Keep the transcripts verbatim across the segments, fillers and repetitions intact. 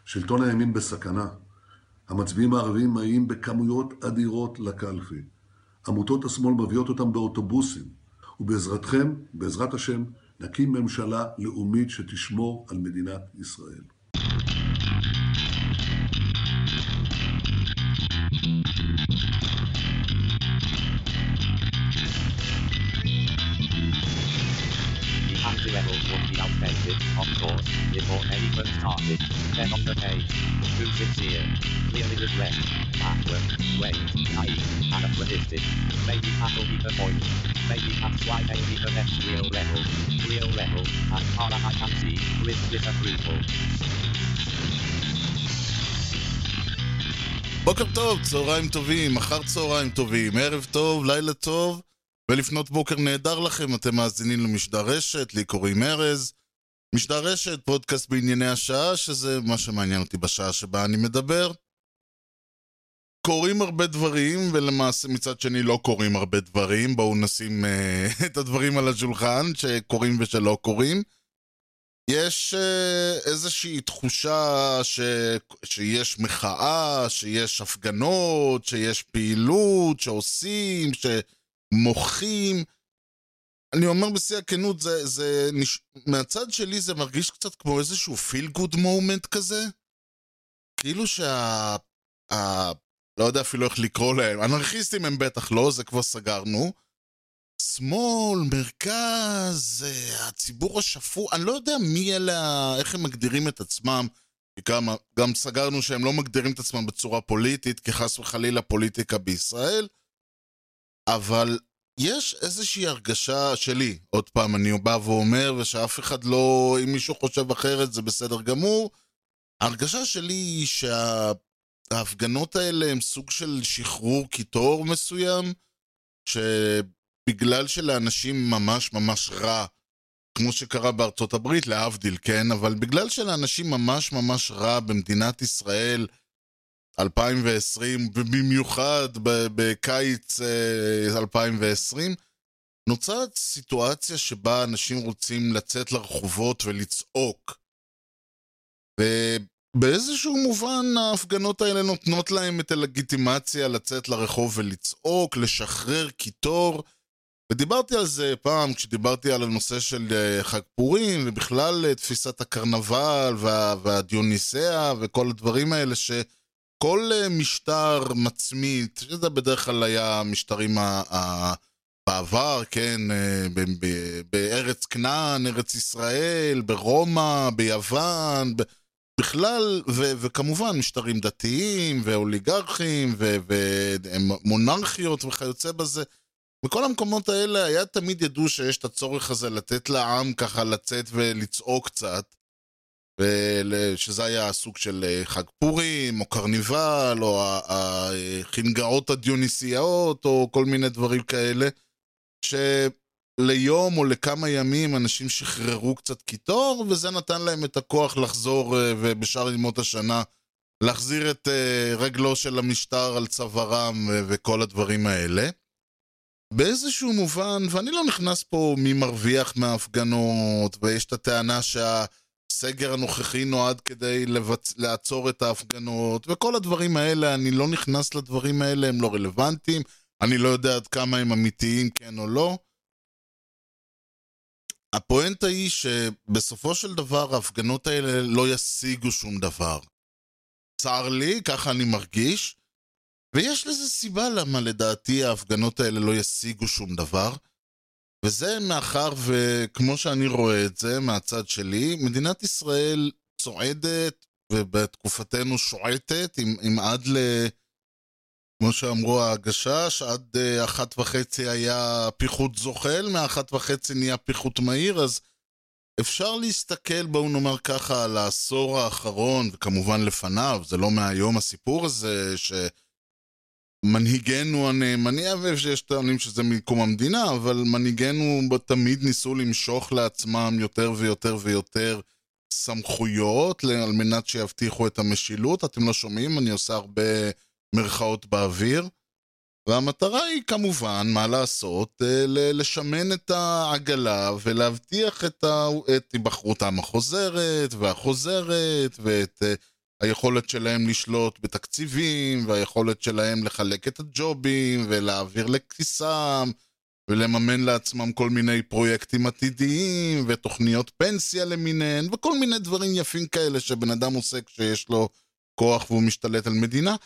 שלטון הימין בסכנה. המצביעים הערבים מגיעים בכמויות אדירות לקלפי. עמותות השמאל מביאות אותם באוטובוסים. ובעזרתכם, בעזרת השם, נקים ממשלה לאומית שתשמור על מדינת ישראל. The levels would be outdated, of course, before anyone started. Then on the page, too sincere, clearly regret, backward, wait, naive, anachronistic. Maybe that'll be the point. Maybe that's why they be the next real level. Real level, as far as I can see, with disapproval. בוקר טוב, צהריים טובים, אחר צהריים טובים, ערב טוב, לילה טוב, ולפנות בוקר נהדר לכם. אתם מאזינים למשדר רשת, לי קוראים ארז. משדר רשת, פודקאסט בענייני השעה, שזה מה שמעניין אותי בשעה שבה אני מדבר. קוראים הרבה דברים, ולמעשה מצד שני לא קוראים הרבה דברים. בואו נשים uh, את הדברים על השולחן, שקוראים ושלא קוראים. יש uh, איזושהי תחושה ש... שיש מחאה, שיש הפגנות, שיש פעילות, שעושים, שמוחים. אני אומר בשיא הכנות, זה, זה, נש... מהצד שלי זה מרגיש קצת כמו איזשהו feel good moment כזה. כאילו שה... ה... לא יודע אפילו איך לקרוא להם. אנרכיסטים הם בטח לא, זה כבר סגרנו. שמאל, מרכז, הציבור השפוי, אני לא יודע מי אלה, איך הם מגדירים את עצמם, גם, גם סגרנו שהם לא מגדירים את עצמם בצורה פוליטית, כי חס וחלילה פוליטיקה בישראל, אבל יש איזושהי הרגשה שלי, עוד פעם אני בא ואומר, ושאף אחד לא, אם מישהו חושב אחרת זה בסדר גמור, ההרגשה שלי היא שההפגנות האלה הם סוג של שחרור קיטור מסוים, ש... בגלל שלאנשים ממש ממש רע, כמו שקרה בארצות הברית, להבדיל, כן? אבל בגלל שלאנשים ממש ממש רע במדינת ישראל, אלפיים ועשרים, ובמיוחד בקיץ אלפיים ועשרים, נוצרת סיטואציה שבה אנשים רוצים לצאת לרחובות ולצעוק. ובאיזשהו מובן ההפגנות האלה נותנות להם את הלגיטימציה לצאת לרחוב ולצעוק, לשחרר קיטור, ודיברתי על זה פעם כשדיברתי על הנושא של חג פורים ובכלל תפיסת הקרנבל וה, והדיוניסאה וכל הדברים האלה, שכל משטר מצמית, שזה בדרך כלל היה משטרים ה, ה, בעבר, כן, ב, ב, בארץ כנען, ארץ ישראל, ברומא, ביוון, ב, בכלל, ו, וכמובן משטרים דתיים ואוליגרכים ו, ומונרכיות וכיוצא בזה, בכל המקומות האלה היה תמיד ידעו שיש את הצורך הזה לתת לעם ככה לצאת ולצעוק קצת, שזה היה הסוג של חג פורים או קרניבל או החנגאות הדיוניסיות או כל מיני דברים כאלה, שליום או לכמה ימים אנשים שחררו קצת קיטור, וזה נתן להם את הכוח לחזור ובשאר ימות השנה להחזיר את רגלו של המשטר על צווארם וכל הדברים האלה. באיזשהו מובן, ואני לא נכנס פה מי מרוויח מההפגנות, ויש את הטענה שהסגר הנוכחי נועד כדי לבצ... לעצור את ההפגנות, וכל הדברים האלה, אני לא נכנס לדברים האלה, הם לא רלוונטיים, אני לא יודע עד כמה הם אמיתיים, כן או לא. הפואנטה היא שבסופו של דבר ההפגנות האלה לא ישיגו שום דבר. צער לי, ככה אני מרגיש, ויש לזה סיבה למה לדעתי ההפגנות האלה לא ישיגו שום דבר, וזה מאחר וכמו שאני רואה את זה מהצד שלי, מדינת ישראל צועדת ובתקופתנו שועטת עם, עם עד ל... כמו שאמרו הגשש, עד אחת וחצי היה פיחות זוחל, מאחת וחצי נהיה פיחות מהיר, אז אפשר להסתכל, בואו נאמר ככה, על העשור האחרון, וכמובן לפניו, זה לא מהיום הסיפור הזה, שמנהיגנו הנאמני, ויש טענים שזה מקום המדינה, אבל מנהיגנו תמיד ניסו למשוך לעצמם יותר ויותר ויותר סמכויות, על מנת שיבטיחו את המשילות. אתם לא שומעים, אני עושה הרבה מרכאות באוויר, והמטרה היא כמובן, מה לעשות, לשמן את העגלה ולהבטיח את היבחרותם החוזרת והחוזרת ואת היכולת שלהם לשלוט בתקציבים, והיכולת שלהם לחלק את הג'ובים, ולהעביר לכיסם, ולממן לעצמם כל מיני פרויקטים עתידיים, ותוכניות פנסיה למיניהן, וכל מיני דברים יפים כאלה שבן אדם עושה כשיש לו כוח והוא משתלט על מדינה.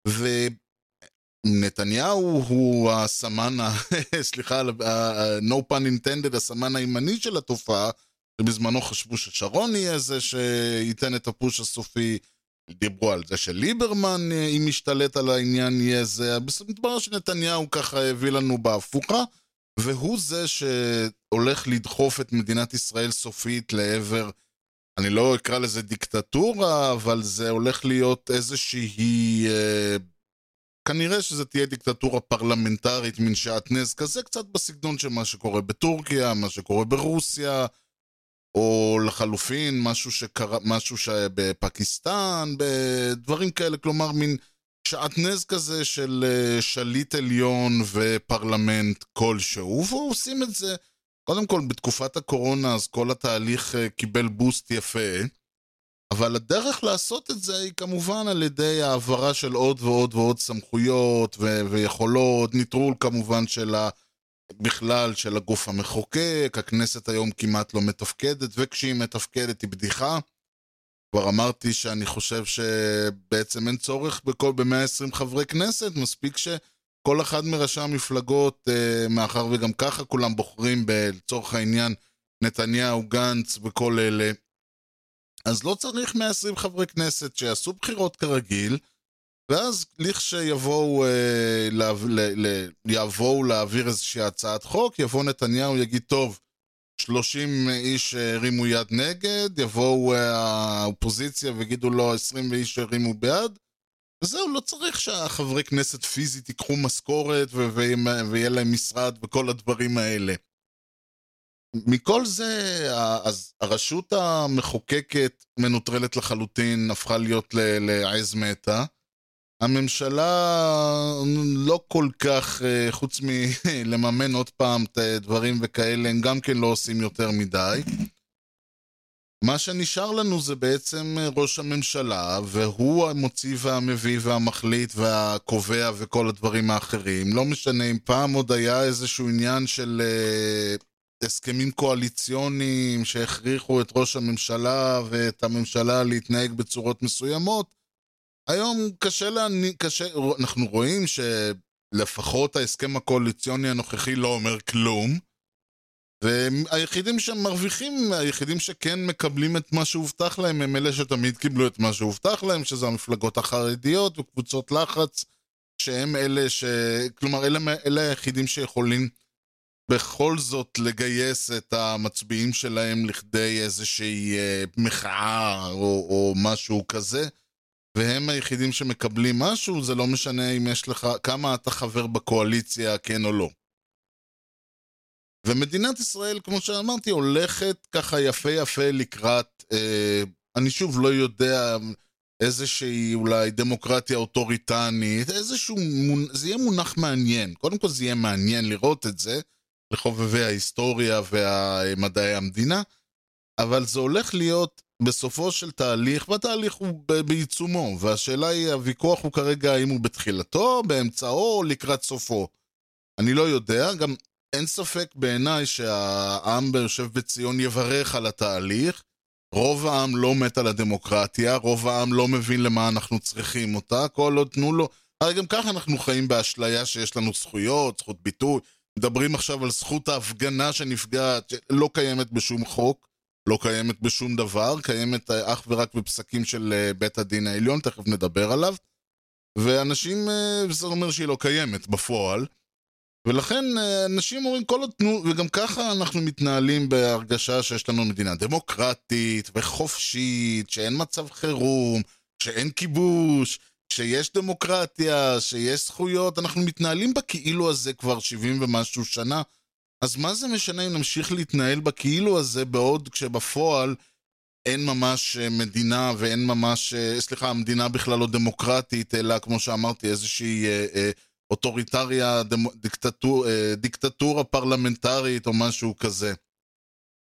ונתניהו הוא הסמן, סליחה, no pun intended, הסמן הימני של התופעה, שבזמנו חשבו ששרון יהיה זה שייתן את הפוש הסופי, דיברו על זה שליברמן, אם משתלט על העניין, יהיה זה. מתברר שנתניהו ככה הביא לנו בהפוכה, והוא זה שהולך לדחוף את מדינת ישראל סופית לעבר, אני לא אקרא לזה דיקטטורה, אבל זה הולך להיות איזושהי, אה, כנראה שזה תהיה דיקטטורה פרלמנטרית מן שעטנז כזה, קצת בסגנון של מה שקורה בטורקיה, מה שקורה ברוסיה, או לחלופין, משהו שקרה, משהו שבפקיסטן, בדברים כאלה, כלומר, מין שעטנז כזה של שליט עליון ופרלמנט כלשהו, ועושים את זה, קודם כל, בתקופת הקורונה, אז כל התהליך קיבל בוסט יפה, אבל הדרך לעשות את זה היא כמובן על ידי העברה של עוד ועוד ועוד סמכויות ו- ויכולות, ניטרול כמובן של ה... בכלל של הגוף המחוקק, הכנסת היום כמעט לא מתפקדת, וכשהיא מתפקדת היא בדיחה. כבר אמרתי שאני חושב שבעצם אין צורך בכל ב-מאה ועשרים חברי כנסת, מספיק שכל אחד מראשי המפלגות, מאחר וגם ככה כולם בוחרים בצורך העניין נתניהו, גנץ וכל אלה, אז לא צריך מאה ועשרים חברי כנסת שיעשו בחירות כרגיל, ואז לכשיבואו לה, לה, יבואו להעביר איזושהי הצעת חוק, יבוא נתניהו יגיד טוב, שלושים איש הרימו יד נגד, יבואו האופוזיציה ויגידו לו עשרים איש הרימו בעד, וזהו, לא צריך שהחברי כנסת פיזית ייקחו משכורת ו- ו- ויהיה להם משרד וכל הדברים האלה. מכל זה, אז הרשות המחוקקת מנוטרלת לחלוטין, הפכה להיות לעז מתה. הממשלה לא כל כך, חוץ מלממן עוד פעם את דברים וכאלה, הם גם כן לא עושים יותר מדי. מה שנשאר לנו זה בעצם ראש הממשלה, והוא המוציא והמביא והמחליט והקובע וכל הדברים האחרים. לא משנה אם פעם עוד היה איזשהו עניין של הסכמים קואליציוניים שהכריחו את ראש הממשלה ואת הממשלה להתנהג בצורות מסוימות, היום קשה, להני, קשה, אנחנו רואים שלפחות ההסכם הקואליציוני הנוכחי לא אומר כלום, והיחידים שמרוויחים, היחידים שכן מקבלים את מה שהובטח להם, הם אלה שתמיד קיבלו את מה שהובטח להם, שזה המפלגות החרדיות וקבוצות לחץ, שהם אלה ש... כלומר, אלה, אלה היחידים שיכולים בכל זאת לגייס את המצביעים שלהם לכדי איזושהי מחאה או, או משהו כזה, והם היחידים שמקבלים משהו, זה לא משנה אם יש לך, כמה אתה חבר בקואליציה, כן או לא. ומדינת ישראל, כמו שאמרתי, הולכת ככה יפה יפה לקראת, אה, אני שוב לא יודע, איזושהי אולי דמוקרטיה אוטוריטנית, איזשהו, זה יהיה מונח מעניין. קודם כל זה יהיה מעניין לראות את זה, לחובבי ההיסטוריה והמדעי המדינה, אבל זה הולך להיות בסופו של תהליך, והתהליך הוא בעיצומו, והשאלה היא, הוויכוח הוא כרגע האם הוא בתחילתו, באמצעו או לקראת סופו. אני לא יודע, גם אין ספק בעיניי שהעם ביושב בציון יברך על התהליך, רוב העם לא מת על הדמוקרטיה, רוב העם לא מבין למה אנחנו צריכים אותה, כל עוד תנו לו, הרי גם ככה אנחנו חיים באשליה שיש לנו זכויות, זכות ביטוי, מדברים עכשיו על זכות ההפגנה שנפגעת, שלא קיימת בשום חוק, לא קיימת בשום דבר, קיימת אך ורק בפסקים של בית הדין העליון, תכף נדבר עליו, ואנשים, זה אומר שהיא לא קיימת בפועל, ולכן אנשים אומרים כל עוד תנו, וגם ככה אנחנו מתנהלים בהרגשה שיש לנו מדינה דמוקרטית וחופשית, שאין מצב חירום, שאין כיבוש, שיש דמוקרטיה, שיש זכויות, אנחנו מתנהלים בכאילו הזה כבר שבעים ומשהו שנה, אז מה זה משנה אם נמשיך להתנהל בכאילו הזה בעוד כשבפועל אין ממש מדינה ואין ממש, סליחה, המדינה בכלל לא דמוקרטית, אלא כמו שאמרתי איזושהי אה, אה, אוטוריטריה, דיקטטור, דיקטטורה פרלמנטרית או משהו כזה.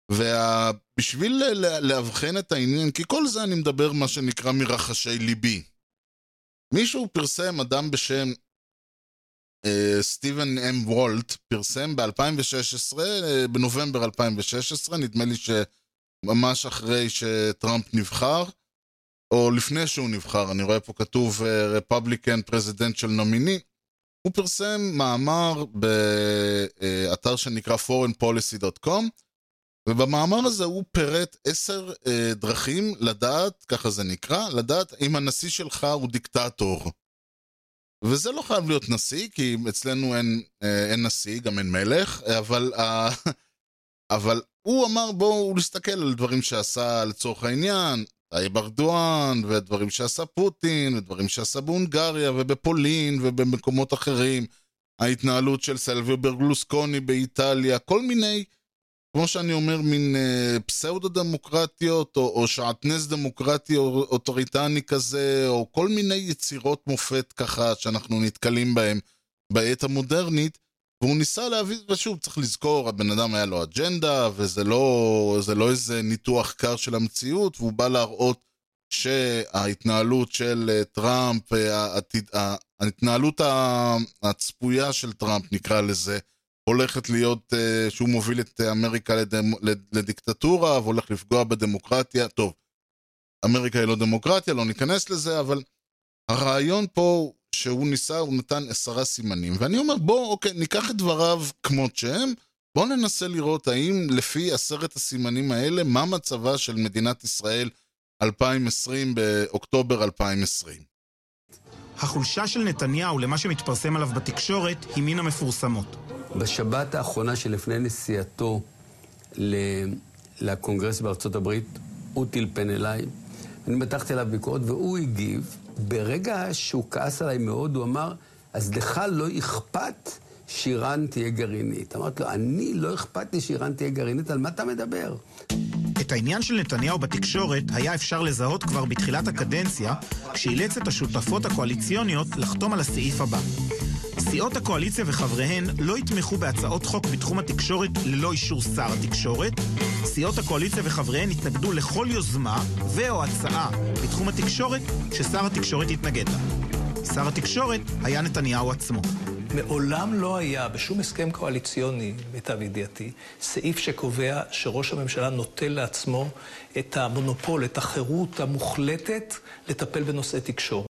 ובשביל להבחן את העניין, כי כל זה אני מדבר מה שנקרא מרחשי ליבי. מישהו פרסם, אדם בשם אה, סטיבן אם וולט, פרסם ב-אלפיים ושש עשרה, אה, בנובמבר אלפיים ושש עשרה, נדמה לי שממש אחרי שטראמפ נבחר, או לפני שהוא נבחר, אני רואה פה כתוב uh, Republican Presidential Nominee, הוא פרסם מאמר באתר שנקרא foreign policy dot com, ובמאמר הזה הוא פירט עשר uh, דרכים לדעת, ככה זה נקרא, לדעת אם הנשיא שלך הוא דיקטטור. וזה לא חייב להיות נשיא, כי אצלנו אין, uh, אין נשיא, גם אין מלך, אבל, uh, אבל הוא אמר בואו נסתכל על דברים שעשה לצורך העניין, טייב ארדואן, ודברים שעשה פוטין, ודברים שעשה בהונגריה, ובפולין, ובמקומות אחרים, ההתנהלות של סילביו ברלוסקוני באיטליה, כל מיני, כמו שאני אומר, מין אה, פסאודו-דמוקרטיות, או, או שעטנז דמוקרטי או אוטוריטני כזה, או כל מיני יצירות מופת ככה, שאנחנו נתקלים בהם בעת המודרנית, והוא ניסה להביא, ושוב, צריך לזכור, הבן אדם היה לו אג'נדה, וזה לא, זה לא איזה ניתוח קר של המציאות, והוא בא להראות שההתנהלות של טראמפ, העתיד, ההתנהלות הצפויה של טראמפ, נקרא לזה, הולכת להיות, שהוא מוביל את אמריקה לדמ, לדיקטטורה, והולך לפגוע בדמוקרטיה. טוב, אמריקה היא לא דמוקרטיה, לא ניכנס לזה, אבל הרעיון פה שהוא ניסה, הוא נתן עשרה סימנים, ואני אומר, בוא, אוקיי, ניקח את דבריו כמות שהם, בוא ננסה לראות האם לפי עשרת הסימנים האלה, מה מצבה של מדינת ישראל אלפיים ועשרים באוקטובר אלפיים ועשרים. החולשה של נתניהו למה שמתפרסם עליו בתקשורת היא מן המפורסמות. בשבת האחרונה שלפני נסיעתו לקונגרס בארצות הברית, הוא טלפן אליי, אני מתחתי עליו ביקורת והוא הגיב, ברגע שהוא כעס עליי מאוד, הוא אמר, אז לך לא אכפת שאיראן תהיה גרעינית. אמרתי לו, אני לא אכפת לי שאיראן תהיה גרעינית, על מה אתה מדבר? את העניין של נתניהו בתקשורת היה אפשר לזהות כבר בתחילת הקדנציה, כשאילץ את השותפות הקואליציוניות לחתום על הסעיף הבא. סיעות הקואליציה וחבריהן לא יתמכו בהצעות חוק בתחום התקשורת ללא אישור שר התקשורת. סיעות הקואליציה וחבריהן התנגדו לכל יוזמה ו/או הצעה בתחום התקשורת ששר התקשורת יתנגד לה. שר התקשורת היה נתניהו עצמו. מעולם לא היה בשום הסכם קואליציוני, למיטב ידיעתי, סעיף שקובע שראש הממשלה נוטל לעצמו את המונופול, את החירות המוחלטת לטפל בנושא תקשורת.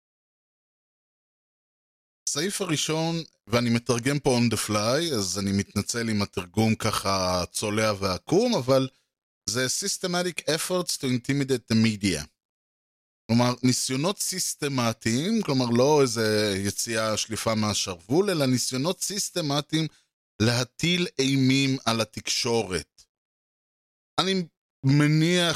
הסעיף הראשון, ואני מתרגם פה on the fly, אז אני מתנצל עם התרגום ככה צולע ועקום, אבל זה systematic efforts to intimidate the media. כלומר, ניסיונות סיסטמטיים, כלומר לא איזה יציאה שליפה מהשרוול, אלא ניסיונות סיסטמטיים להטיל אימים על התקשורת. אני מניח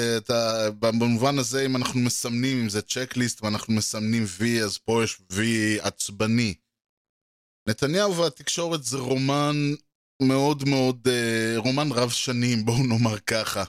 שבמובן הזה, אם אנחנו מסמנים, אם זה צ'קליסט ואנחנו מסמנים וי, אז פה יש וי עצבני. נתניהו והתקשורת זה רומן מאוד מאוד, רומן רב שנים, בואו נאמר ככה.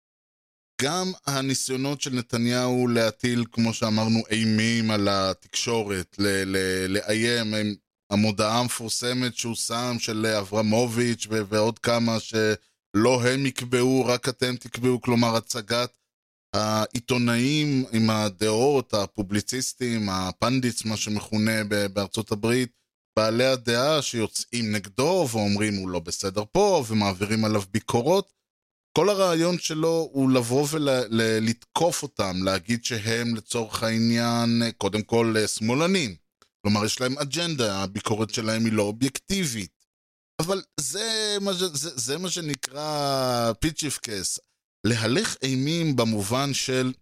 גם הניסיונות של נתניהו להטיל, כמו שאמרנו, אימים על התקשורת, ל- ל- לאיים, המודעה המפורסמת שהוא שם של אברמוביץ' ו- ועוד כמה שלא הם יקבעו, רק אתם תקבעו, כלומר הצגת העיתונאים עם הדעות, הפובליציסטים, הפנדיץ, מה שמכונה בארצות הברית, בעלי הדעה שיוצאים נגדו ואומרים הוא לא בסדר פה ומעבירים עליו ביקורות. כל הרעיון שלו הוא לבוא ולתקוף אותם, להגיד שהם לצורך העניין קודם כל שמאלנים. כלומר יש להם אג'נדה, הביקורת שלהם היא לא אובייקטיבית. אבל זה מה, זה, זה מה שנקרא פיצ'יפקס. להלך אימים במובן של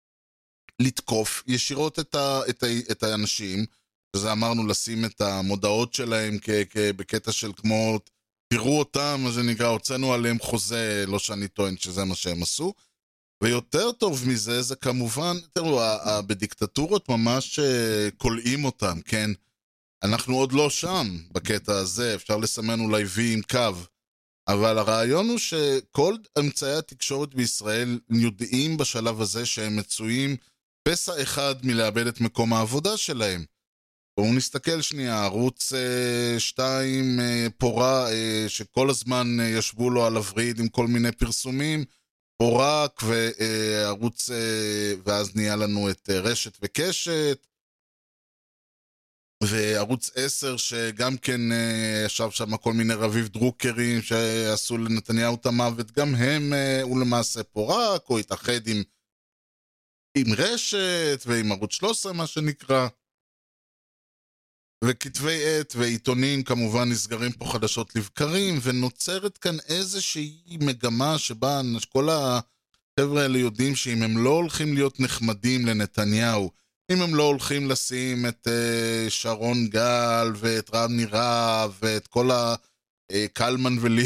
לתקוף ישירות את, ה, את, ה, את האנשים, שזה אמרנו לשים את המודעות שלהם כ, כ, בקטע של כמו... תראו אותם, מה שנקרא, הוצאנו עליהם חוזה, לא שאני טוען שזה מה שהם עשו, ויותר טוב מזה, זה כמובן, תראו, בדיקטטורות ממש קולעים אותם, כן? אנחנו עוד לא שם בקטע הזה, אפשר לסמן אולי וי עם קו, אבל הרעיון הוא שכל אמצעי התקשורת בישראל יודעים בשלב הזה שהם מצויים פסע אחד מלאבד את מקום העבודה שלהם. בואו נסתכל שנייה, ערוץ שתיים פורק, שכל הזמן ישבו לו על הווריד עם כל מיני פרסומים, פורק, וערוץ, ואז נהיה לנו את רשת וקשת, וערוץ עשר שגם כן ישב שם כל מיני רביב דרוקרים שעשו לנתניהו את המוות, גם הם הוא למעשה פורק, או התאחד עם, עם רשת ועם ערוץ שלוש עשרה מה שנקרא, וכתבי עת ועיתונים כמובן נסגרים פה חדשות לבקרים, ונוצרת כאן איזושהי מגמה שבה כל החבר'ה האלה יודעים שאם הם לא הולכים להיות נחמדים לנתניהו, אם הם לא הולכים לשים את uh, שרון גל ואת רמי רהב ואת כל הקלמן ולי...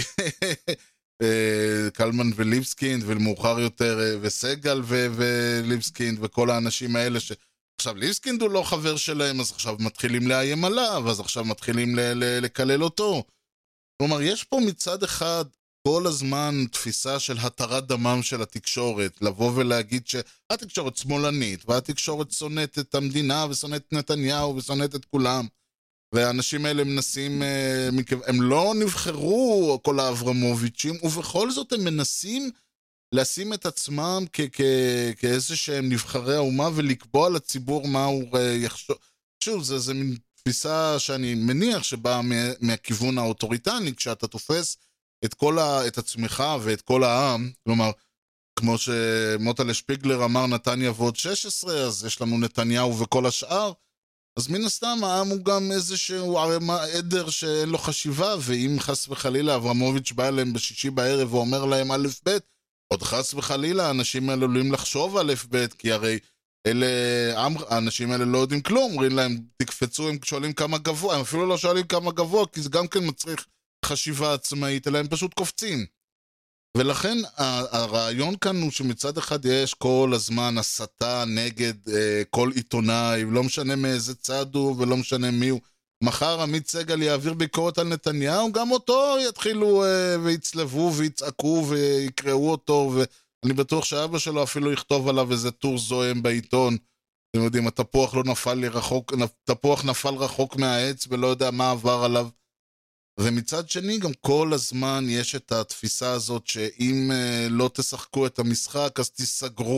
קלמן וליבסקינד ומאוחר יותר uh, וסגל ו- וליבסקינד וכל האנשים האלה ש... עכשיו ליבסקינד הוא לא חבר שלהם, אז עכשיו מתחילים לאיים עליו, אז עכשיו מתחילים ל- ל- לקלל אותו. כלומר, יש פה מצד אחד כל הזמן תפיסה של התרת דמם של התקשורת, לבוא ולהגיד שהתקשורת שמאלנית, והתקשורת שונאת את המדינה, ושונאת את נתניהו, ושונאת את כולם. והאנשים האלה מנסים, הם לא נבחרו כל האברמוביצ'ים, ובכל זאת הם מנסים לשים את עצמם כ- כ- כאיזה שהם נבחרי האומה, ולקבוע לציבור מה הוא יחשוב. שוב, זה, זה מין תפיסה שאני מניח שבאה מהכיוון האוטוריטני, כשאתה תופס את כל ה, את עצמך ואת כל העם, כלומר, כמו שמוטלה שפיגלר אמר נתניה ועוד שש עשרה, אז יש לנו נתניהו וכל השאר, אז מן הסתם העם הוא גם איזשהו עדר שאין לו חשיבה, ואם חס וחלילה אברמוביץ' בא אליהם בשישי בערב ואומר להם א' ב', עוד חס וחלילה האנשים האלה עלולים לחשוב א' ב', כי הרי אלה, האנשים האלה לא יודעים כלום, אומרים להם תקפצו, הם שואלים כמה גבוה, הם אפילו לא שואלים כמה גבוה, כי זה גם כן מצריך חשיבה עצמאית, אלא הם פשוט קופצים. ולכן הרעיון כאן הוא שמצד אחד יש כל הזמן הסתה נגד אה, כל עיתונאי, לא משנה מאיזה צד הוא ולא משנה מי הוא. מחר עמית סגל יעביר ביקורת על נתניהו, גם אותו יתחילו אה, ויצלבו ויצעקו ויקראו אותו, ואני בטוח שאבא שלו אפילו יכתוב עליו איזה טור זוהם בעיתון. אתם יודעים, התפוח לא נפל לי רחוק, תפוח נפל רחוק מהעץ ולא יודע מה עבר עליו. ומצד שני גם כל הזמן יש את התפיסה הזאת שאם uh, לא תשחקו את המשחק אז תיסגרו.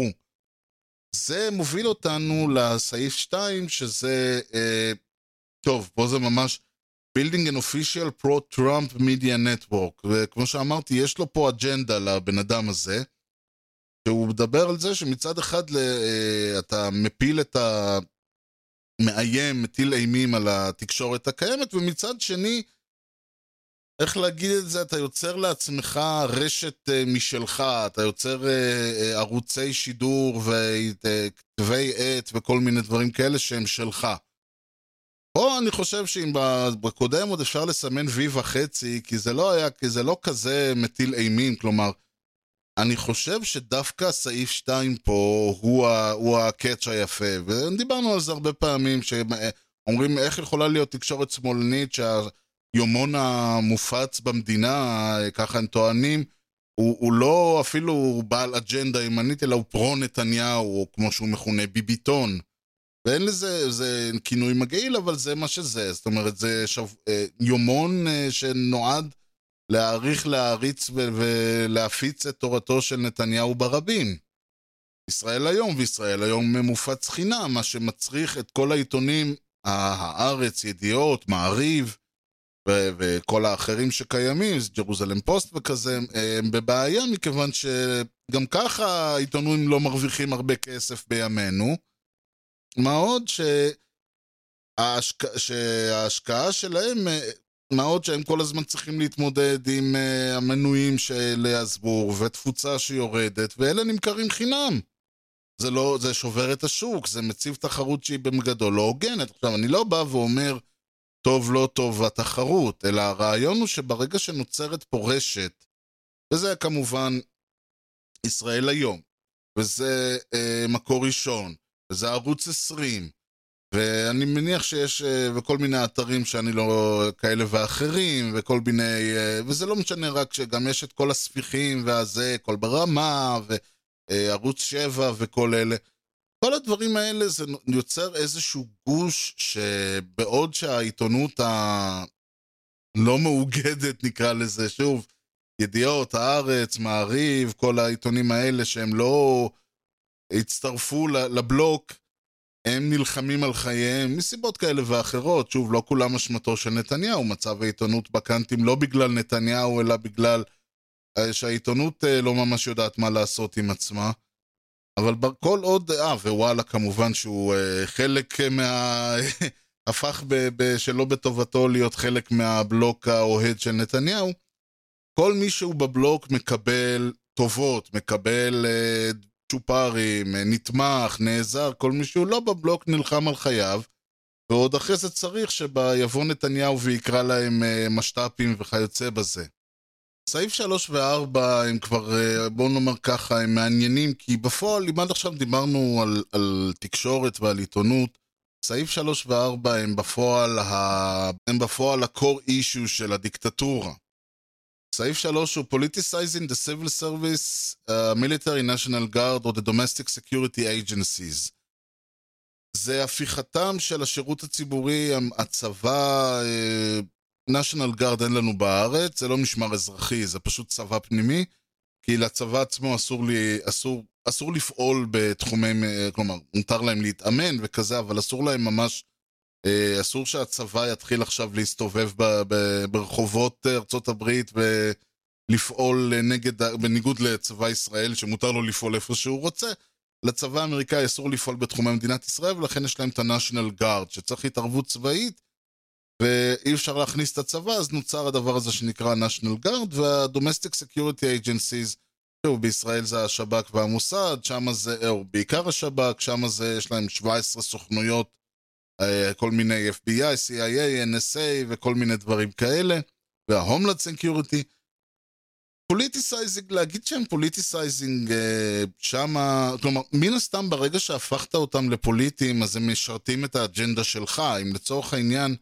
זה מוביל אותנו לסעיף שתיים שזה, uh, טוב, פה זה ממש Building an Official Pro-Trump Media Network, וכמו שאמרתי יש לו פה אג'נדה לבן אדם הזה, שהוא מדבר על זה שמצד אחד ל, uh, אתה מפיל את המאיים, מטיל אימים על התקשורת הקיימת, ומצד שני איך להגיד את זה, אתה יוצר לעצמך רשת uh, משלך, אתה יוצר uh, uh, ערוצי שידור וכתבי עת וכל מיני דברים כאלה שהם שלך. פה אני חושב שאם בקודם עוד אפשר לסמן וי וחצי, כי זה לא היה, כי זה לא כזה מטיל אימים, כלומר, אני חושב שדווקא סעיף שתיים פה הוא, ה, הוא הקאץ' היפה, ודיברנו על זה הרבה פעמים, שאומרים איך יכולה להיות תקשורת שמאלנית שה... יומון המופץ במדינה, ככה הם טוענים, הוא, הוא לא אפילו בעל אג'נדה ימנית, אלא הוא פרו נתניהו, או כמו שהוא מכונה ביביטון. ואין לזה, זה כינוי מגעיל, אבל זה מה שזה. זאת אומרת, זה שב, יומון שנועד להעריך, להעריץ ו- ולהפיץ את תורתו של נתניהו ברבים. ישראל היום, וישראל היום מופץ חינם, מה שמצריך את כל העיתונים, הארץ, ידיעות, מעריב, ו- וכל האחרים שקיימים, ג'רוזלם פוסט וכזה, הם בבעיה, מכיוון שגם ככה העיתונים לא מרוויחים הרבה כסף בימינו. מה עוד שההשק... שההשקעה שלהם, מה עוד שהם כל הזמן צריכים להתמודד עם המנויים של הסבור ותפוצה שיורדת, ואלה נמכרים חינם. זה לא, זה שובר את השוק, זה מציב תחרות שהיא במגדול לא הוגנת. עכשיו, אני לא בא ואומר טוב לא טוב התחרות, אלא הרעיון הוא שברגע שנוצרת פה רשת, וזה כמובן ישראל היום, וזה אה, מקור ראשון, וזה ערוץ עשרים, ואני מניח שיש, אה, וכל מיני אתרים שאני לא כאלה ואחרים, וכל מיני, אה, וזה לא משנה רק שגם יש את כל הספיחים והזה, כל ברמה, וערוץ שבע וכל אלה, כל הדברים האלה זה יוצר איזשהו גוש שבעוד שהעיתונות הלא מאוגדת נקרא לזה, שוב, ידיעות, הארץ, מעריב, כל העיתונים האלה שהם לא הצטרפו לבלוק, הם נלחמים על חייהם מסיבות כאלה ואחרות. שוב, לא כולם אשמתו של נתניהו, מצב העיתונות בקנטים לא בגלל נתניהו, אלא בגלל שהעיתונות לא ממש יודעת מה לעשות עם עצמה. אבל כל עוד, אה, ווואלה כמובן שהוא חלק מה... הפך ב... ב... שלא בטובתו להיות חלק מהבלוק האוהד של נתניהו. כל מי שהוא בבלוק מקבל טובות, מקבל אה, צ'ופרים, נתמך, נעזר, כל מי שהוא לא בבלוק נלחם על חייו, ועוד אחרי זה צריך שיבוא נתניהו ויקרא להם אה, משת"פים וכיוצא בזה. סעיף שלוש וארבע הם כבר, אה, בואו נאמר ככה, הם מעניינים, כי בפועל, אם עד עכשיו דיברנו על, על תקשורת ועל עיתונות, סעיף שלוש וארבע הם בפועל, ה... הם בפועל ה-core issue של הדיקטטורה. סעיף שלוש הוא politicizing the civil service, uh, military national guard or the domestic security agencies. זה הפיכתם של השירות הציבורי, הצבא, uh, national guard אין לנו בארץ, זה לא משמר אזרחי, זה פשוט צבא פנימי, כי לצבא עצמו אסור, לי, אסור, אסור לפעול בתחומי, כלומר, מותר להם להתאמן וכזה, אבל אסור להם ממש, אסור שהצבא יתחיל עכשיו להסתובב ב- ב- ברחובות ארצות הברית ולפעול נגד, בניגוד לצבא ישראל שמותר לו לפעול איפה שהוא רוצה. לצבא האמריקאי אסור לפעול בתחומי מדינת ישראל, ולכן יש להם את ה-National Guard שצריך התערבות צבאית ואי אפשר להכניס את הצבא, אז נוצר הדבר הזה שנקרא National Guard. וה-Domestic Security Agencies, שוב, בישראל זה השב"כ והמוסד, שם זה, או בעיקר השב"כ, שם זה, יש להם שבע עשרה סוכנויות, כל מיני אף בי איי, סי איי איי, אן אס איי וכל מיני דברים כאלה, וה-Homeland Security. פוליטיסייזינג, להגיד שהם פוליטיסייזינג שמה, כלומר, מן הסתם ברגע שהפכת אותם לפוליטיים, אז הם משרתים את האג'נדה שלך. אם לצורך העניין,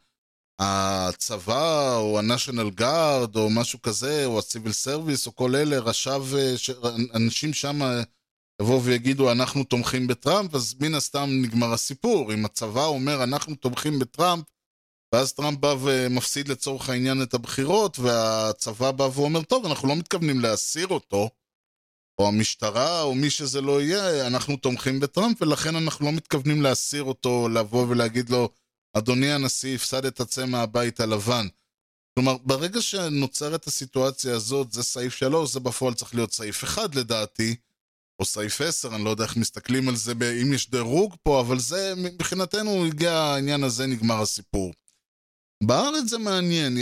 הצבא או ה-National Guard או משהו כזה, או ה-Civil Service או כל אלה, רשב, אנשים שם יבואו ויגידו אנחנו תומכים בטראמפ, אז מן הסתם נגמר הסיפור. אם הצבא אומר אנחנו תומכים בטראמפ, ואז טראמפ בא ומפסיד לצורך העניין את הבחירות, והצבא בא ואומר טוב, אנחנו לא מתכוונים להסיר אותו, או המשטרה או מי שזה לא יהיה, אנחנו תומכים בטראמפ, ולכן אנחנו לא מתכוונים להסיר אותו, לבוא ולהגיד לו אדוני הנשיא, הפסדת תצא מהבית הלבן. כלומר, ברגע שנוצרת הסיטואציה הזאת, זה סעיף שלוש, זה בפועל צריך להיות סעיף אחד לדעתי, או סעיף עשר, אני לא יודע איך מסתכלים על זה, אם יש דירוג פה, אבל זה, מבחינתנו, הגיע העניין הזה, נגמר הסיפור. בארץ זה מעניין,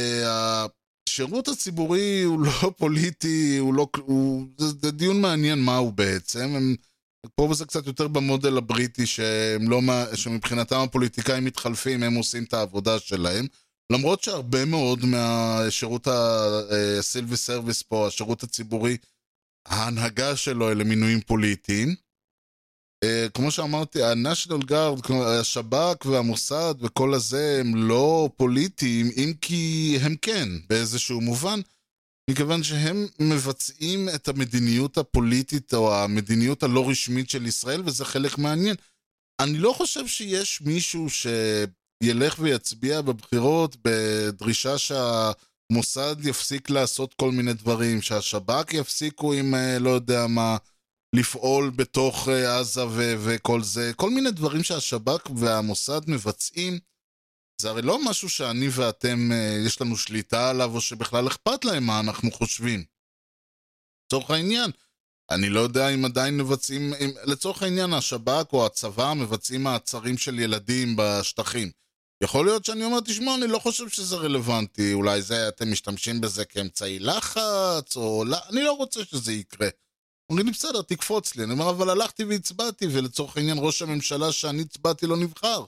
השירות הציבורי הוא לא פוליטי, הוא לא, הוא, זה, זה דיון מעניין מה הוא בעצם, הם, פה וזה קצת יותר במודל הבריטי, שהם לא, שמבחינתם הפוליטיקאים מתחלפים, הם עושים את העבודה שלהם, למרות שהרבה מאוד מהשירות הסילבי סרוויס פה, השירות הציבורי, ההנהגה שלו אלה מינויים פוליטיים. כמו שאמרתי, ה-National Guard, השב"כ והמוסד וכל הזה הם לא פוליטיים, אם כי הם כן, באיזשהו מובן, מכיוון שהם מבצעים את המדיניות הפוליטית או המדיניות הלא רשמית של ישראל, וזה חלק מעניין. אני לא חושב שיש מישהו שילך ויצביע בבחירות בדרישה שהמוסד יפסיק לעשות כל מיני דברים, שהשב"כ יפסיקו עם לא יודע מה, לפעול בתוך עזה ו- וכל זה, כל מיני דברים שהשב"כ והמוסד מבצעים, זה הרי לא משהו שאני ואתם, יש לנו שליטה עליו, או שבכלל אכפת להם מה אנחנו חושבים. לצורך העניין, אני לא יודע אם עדיין מבצעים, אם, לצורך העניין השב"כ או הצבא מבצעים מעצרים של ילדים בשטחים. יכול להיות שאני אומר, תשמע, אני לא חושב שזה רלוונטי, אולי זה, אתם משתמשים בזה כאמצעי לחץ, או לא, אני לא רוצה שזה יקרה. אומרים לי, בסדר, תקפוץ לי. אני אומר, אבל הלכתי והצבעתי, ולצורך העניין ראש הממשלה שאני הצבעתי לא נבחר.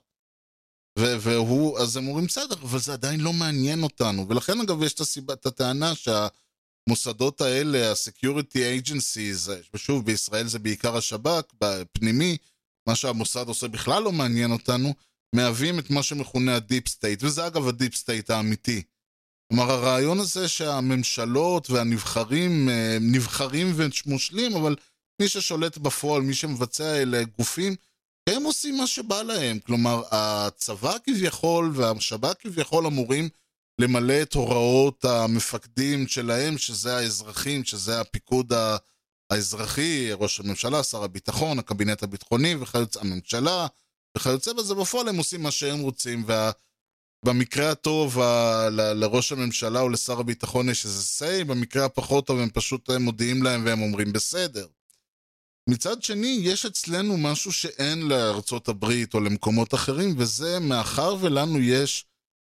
והוא, אז הם אומרים, בסדר, אבל זה עדיין לא מעניין אותנו. ולכן, אגב, יש את הסיבה, את הטענה שהמוסדות האלה, ה-Security Agencies, ושוב, בישראל זה בעיקר השב"כ, בפנימי, מה שהמוסד עושה בכלל לא מעניין אותנו, מהווים את מה שמכונה הדיפ סטייט, וזה אגב הדיפ סטייט האמיתי. כלומר, הרעיון הזה שהממשלות והנבחרים נבחרים ומושלים, אבל מי ששולט בפועל, מי שמבצע אלה גופים, הם עושים מה שבא להם. כלומר, הצבא כביכול והשב"כ כביכול אמורים למלא את הוראות המפקדים שלהם, שזה האזרחים, שזה הפיקוד האזרחי, ראש הממשלה, שר הביטחון, הקבינט הביטחוני וכיוצא הממשלה, וכיוצא בזה. בפועל הם עושים מה שהם רוצים, ובמקרה הטוב ה- ל- לראש הממשלה או לשר הביטחון יש איזה סי, במקרה הפחות טוב הם פשוט מודיעים להם והם אומרים בסדר. מצד שני, יש אצלנו משהו שאין לארצות הברית או למקומות אחרים, וזה מאחר ולנו יש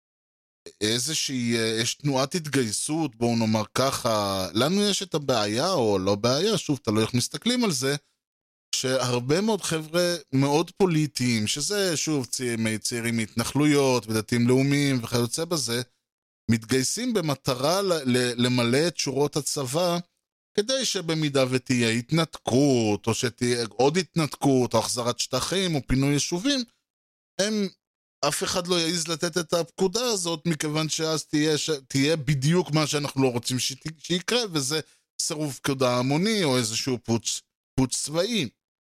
איזושהי, יש תנועת התגייסות, בואו נאמר ככה, לנו יש את הבעיה, או לא בעיה, שוב, תלוי איך מסתכלים על זה, שהרבה מאוד חבר'ה מאוד פוליטיים, שזה שוב צעירים, צעירים מהתנחלויות ודתיים לאומיים וכיוצא בזה, מתגייסים במטרה ל- ל- למלא את שורות הצבא, כדי שבמידה ותהיה התנתקות, או שתהיה עוד התנתקות, או החזרת שטחים, או פינוי יישובים, הם, אף אחד לא יעיז לתת את הפקודה הזאת, מכיוון שאז תהיה, ש... תהיה בדיוק מה שאנחנו לא רוצים ש... שיקרה, וזה סירוב פקודה המוני, או איזשהו פוץ, פוץ צבאי.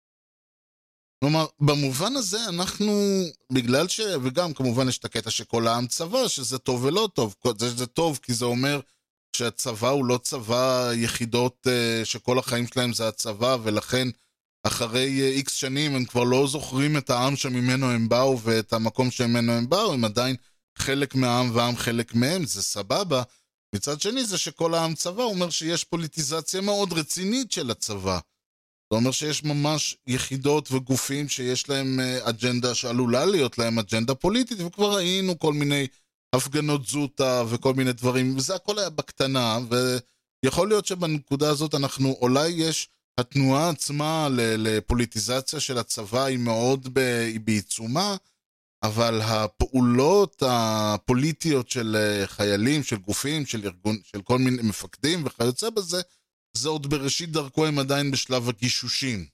כלומר, במובן הזה אנחנו, בגלל ש... וגם כמובן יש את הקטע שכל העם צבא, שזה טוב ולא טוב. זה, זה טוב כי זה אומר שהצבא הוא לא צבא יחידות שכל החיים שלהם זה הצבא, ולכן אחרי איקס שנים הם כבר לא זוכרים את העם שממנו הם באו ואת המקום שממנו הם באו, הם עדיין חלק מהעם והעם חלק מהם, זה סבבה. מצד שני זה שכל העם צבא אומר שיש פוליטיזציה מאוד רצינית של הצבא. זה אומר שיש ממש יחידות וגופים שיש להם אג'נדה שעלולה להיות להם אג'נדה פוליטית, וכבר ראינו כל מיני הפגנות זוטה וכל מיני דברים, וזה הכל היה בקטנה, ויכול להיות שבנקודה הזאת אנחנו, אולי יש, התנועה עצמה לפוליטיזציה של הצבא היא מאוד בעיצומה, אבל הפעולות הפוליטיות של חיילים, של גופים, של ארגון, של כל מיני מפקדים וכיוצא בזה, זה עוד בראשית דרכו, הם עדיין בשלב הגישושים.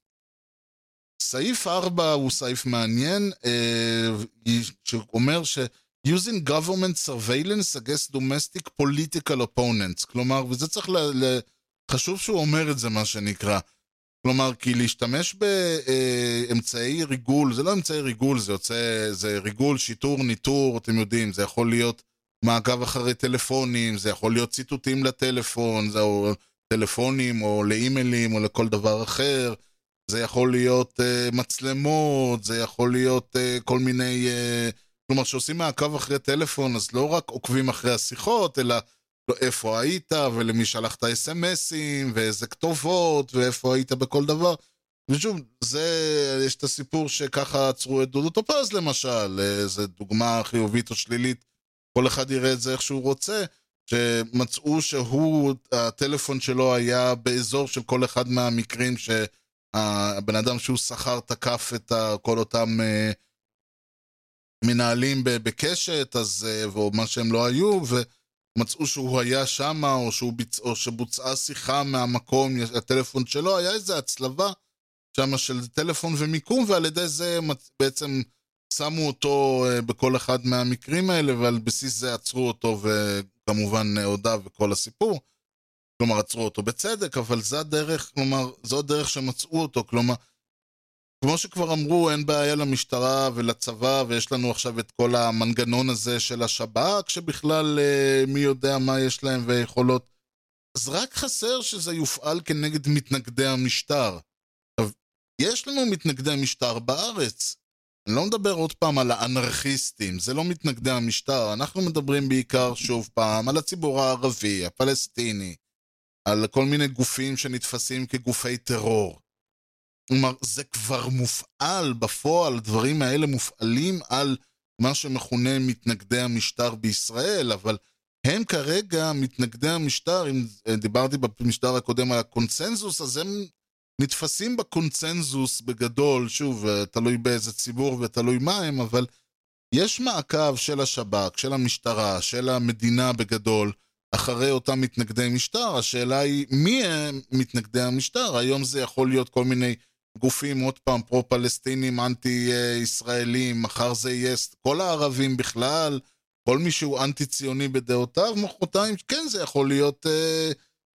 סעיף ארבע הוא סעיף מעניין, שאומר ש using government surveillance against domestic political opponents, כלומר, וזה צריך ל... ל... חשוב שהוא אומר את זה, מה שנקרא. כלומר, כי להשתמש באמצעי ריגול, זה לא אמצעי ריגול, זה יוצא, זה ריגול, שיטור, ניטור, אתם יודעים, זה יכול להיות מעקב אחרי טלפונים, זה יכול להיות ציטוטים לטלפון, זה או טלפונים או לאימיילים או לכל דבר אחר, זה יכול להיות uh, מצלמות, זה יכול להיות uh, כל מיני, uh, כלומר, שעושים מעקב אחרי טלפון, אז לא רק עוקבים אחרי השיחות, אלא איפה היית, ולמי שלחת אס-אמסים, ואיזה כתובות, ואיפה היית בכל דבר. ושוב, זה, יש את הסיפור שככה עצרו את דודו טופז למשל, איזו דוגמה חיובית או שלילית, כל אחד יראה את זה איך שהוא רוצה, שמצאו שהוא, הטלפון שלו היה באזור של כל אחד מהמקרים, שהבן אדם שהוא שכר תקף את כל אותם מנהלים בקשת, אז, ומה שהם לא היו, ו... מצאו שהוא היה שם, או, שהוא ביצ... או שבוצעה שיחה מהמקום, הטלפון שלו, היה איזו הצלבה שם של טלפון ומיקום, ועל ידי זה בעצם שמו אותו בכל אחד מהמקרים האלה, ועל בסיס זה עצרו אותו, וכמובן הודע וכל הסיפור. כלומר, עצרו אותו בצדק, אבל זה הדרך, כלומר, זו הדרך שמצאו אותו, כלומר, כמו שכבר אמרו, אין בעיה למשטרה ולצבא, ויש לנו עכשיו את כל המנגנון הזה של השב"כ, שבכלל מי יודע מה יש להם ויכולות. אז רק חסר שזה יופעל כנגד מתנגדי המשטר. עכשיו, יש לנו מתנגדי משטר בארץ. אני לא מדבר עוד פעם על האנרכיסטים, זה לא מתנגדי המשטר. אנחנו מדברים בעיקר שוב פעם על הציבור הערבי, הפלסטיני, על כל מיני גופים שנתפסים כגופי טרור. כלומר, זה כבר מופעל בפועל, הדברים האלה מופעלים על מה שמכונה מתנגדי המשטר בישראל, אבל הם כרגע מתנגדי המשטר, אם דיברתי במשטר הקודם על הקונצנזוס, אז הם נתפסים בקונצנזוס בגדול, שוב, תלוי באיזה ציבור ותלוי מה הם, אבל יש מעקב של השב"כ, של המשטרה, של המדינה בגדול, אחרי אותם מתנגדי משטר. השאלה היא, מי הם מתנגדי המשטר? היום זה יכול להיות כל מיני גופים, עוד פעם, פרו-פלסטינים, אנטי-ישראלים, מחר זה יהיה כל הערבים בכלל, כל מי שהוא אנטי-ציוני בדעותיו, מחרתיים, כן, זה יכול להיות אה,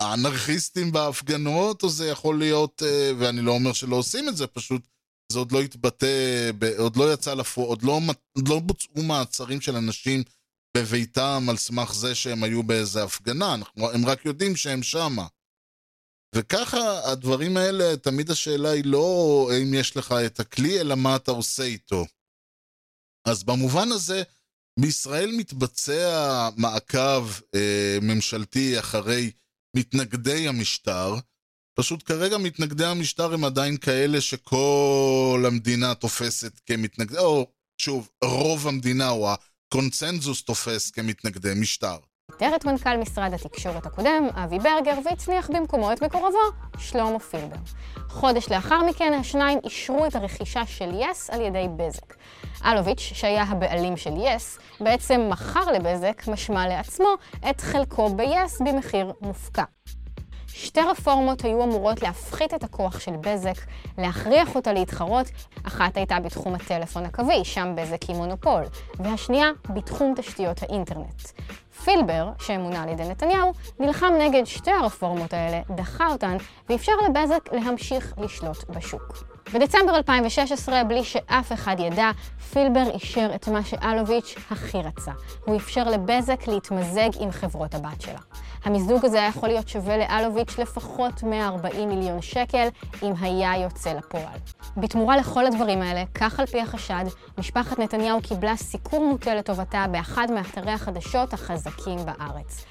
האנרכיסטים בהפגנות, או זה יכול להיות, ואני לא אומר שלא עושים את זה, פשוט זה עוד לא התבטא, עוד לא יצא לפועל, עוד לא, עוד לא בוצעו מעצרים של אנשים בביתם על סמך זה שהם היו באיזה הפגנה, אנחנו, הם רק יודעים שהם שמה. וככה הדברים האלה, תמיד השאלה היא לא אם יש לך את הכלי, אלא מה אתה עושה איתו. אז במובן הזה, בישראל מתבצע מעקב אה, ממשלתי אחרי מתנגדי המשטר, פשוט כרגע מתנגדי המשטר הם עדיין כאלה שכל המדינה תופסת כמתנגדי, או שוב, רוב המדינה או הקונצנזוס תופס כמתנגדי משטר. פיטר את מנכ"ל משרד התקשורת הקודם, אבי ברגר, והצניח במקומו את מקורבו, שלמה פילבר. חודש לאחר מכן, השניים אישרו את הרכישה של יס על ידי בזק. אלוביץ', שהיה הבעלים של יס, בעצם מכר לבזק, משמע לעצמו, את חלקו ביס במחיר מופקע. שתי רפורמות היו אמורות להפחית את הכוח של בזק, להכריח אותה להתחרות. אחת הייתה בתחום הטלפון הקווי, שם בזק היא מונופול, והשנייה בתחום תשתיות האינטרנט. פילבר, שמונה על ידי נתניהו, נלחם נגד שתי הרפורמות האלה, דחה אותן, ואפשר לבזק להמשיך לשלוט בשוק. בדצמבר אלפיים ושש עשרה, בלי שאף אחד ידע, פילבר אישר את מה שאלוביץ' הכי רצה. הוא אפשר לבזק להתמזג עם חברות הבת שלה. המיזוג הזה היה יכול להיות שווה לאלוביץ' לפחות מאה וארבעים מיליון שקל, אם היה יוצא לפועל. בתמורה לכל הדברים האלה, כך על פי החשד, משפחת נתניהו קיבלה סיקור מוטה לטובתה באחד מאתרי החדשות החזקים בארץ.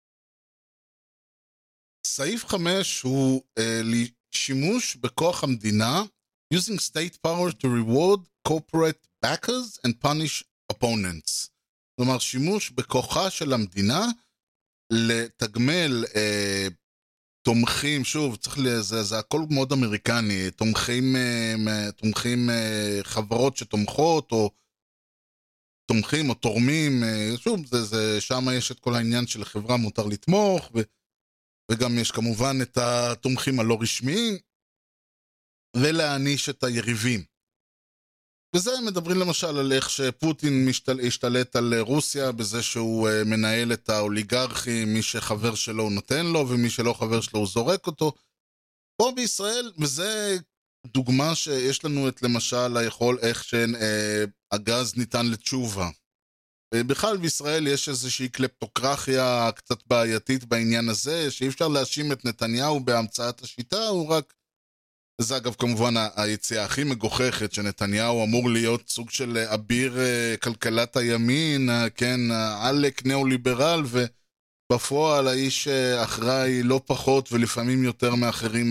סעיף חמש הוא uh, לשימוש בכוח המדינה, using state power to reward corporate backers and punish opponents. כלומר, שימוש בכוחה של המדינה לתגמל אה, תומכים, שוב, צריך לזה, זה הכל מאוד אמריקני, תומכים, אה, תומכים אה, חברות שתומכות, או תומכים או תורמים, אה, שוב, זה, זה, שם יש את כל העניין של החברה מותר לתמוך, ו, וגם יש כמובן את התומכים הלא רשמיים, ולהעניש את היריבים. וזה מדברים למשל על איך שפוטין משתל, השתלט על רוסיה, בזה שהוא uh, מנהל את האוליגרכים, מי שחבר שלו הוא נותן לו, ומי שלא חבר שלו הוא זורק אותו. פה בישראל, וזה דוגמה שיש לנו את למשל היכול איך שהגז uh, ניתן לתשובה. בכלל בישראל יש איזושהי קלפטוקרחיה קצת בעייתית בעניין הזה, שאי אפשר להאשים את נתניהו בהמצאת השיטה, הוא רק... זה אגב כמובן היציאה הכי מגוחכת, שנתניהו אמור להיות סוג של אביר כלכלת הימין, כן, עלק נאו-ליברל, ובפועל האיש אחראי לא פחות ולפעמים יותר מאחרים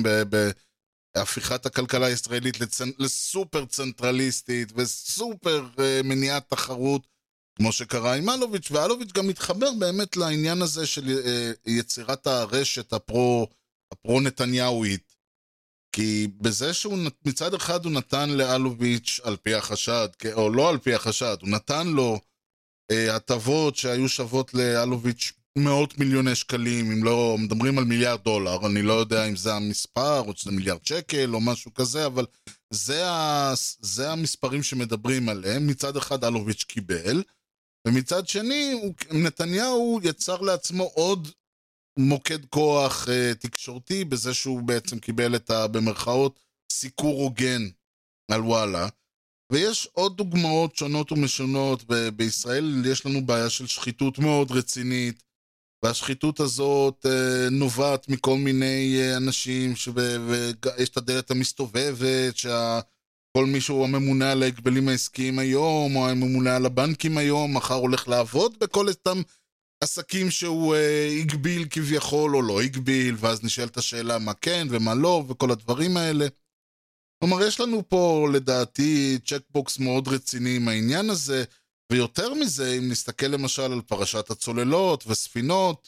בהפיכת הכלכלה הישראלית לסופר צנטרליסטית וסופר מניעת תחרות, כמו שקרה עם אלוביץ', ואלוביץ' גם מתחבר באמת לעניין הזה של יצירת הרשת הפרו, הפרו נתניהואית, כי בזה שהוא מצד אחד הוא נתן לאלוביץ' על פי החשד, או לא על פי החשד, הוא נתן לו אה, הטבות שהיו שוות לאלוביץ' מאות מיליוני שקלים, אם לא מדברים על מיליארד דולר, אני לא יודע אם זה המספר, או שזה מיליארד שקל או משהו כזה, אבל זה, ה, זה המספרים שמדברים עליהם. מצד אחד אלוביץ' קיבל, ומצד שני הוא, נתניהו יצר לעצמו עוד מוקד כוח uh, תקשורתי, בזה שהוא בעצם קיבל את ה, במרכאות, סיקור הוגן על וואלה. ויש עוד דוגמאות שונות ומשונות. ב- בישראל יש לנו בעיה של שחיתות מאוד רצינית, והשחיתות הזאת uh, נובעת מכל מיני uh, אנשים, ש- ו- ויש את הדלת המסתובבת, שכל מישהו הממונה על ההגבלים העסקיים היום, או הממונה על הבנקים היום, מחר הולך לעבוד בכל אותם עסקים שהוא אה, הגביל כביכול או לא הגביל, ואז נשאלת השאלה מה כן ומה לא, וכל הדברים האלה. כלומר, יש לנו פה לדעתי צ'קבוקס מאוד רציני עם העניין הזה, ויותר מזה, אם נסתכל למשל על פרשת הצוללות וספינות,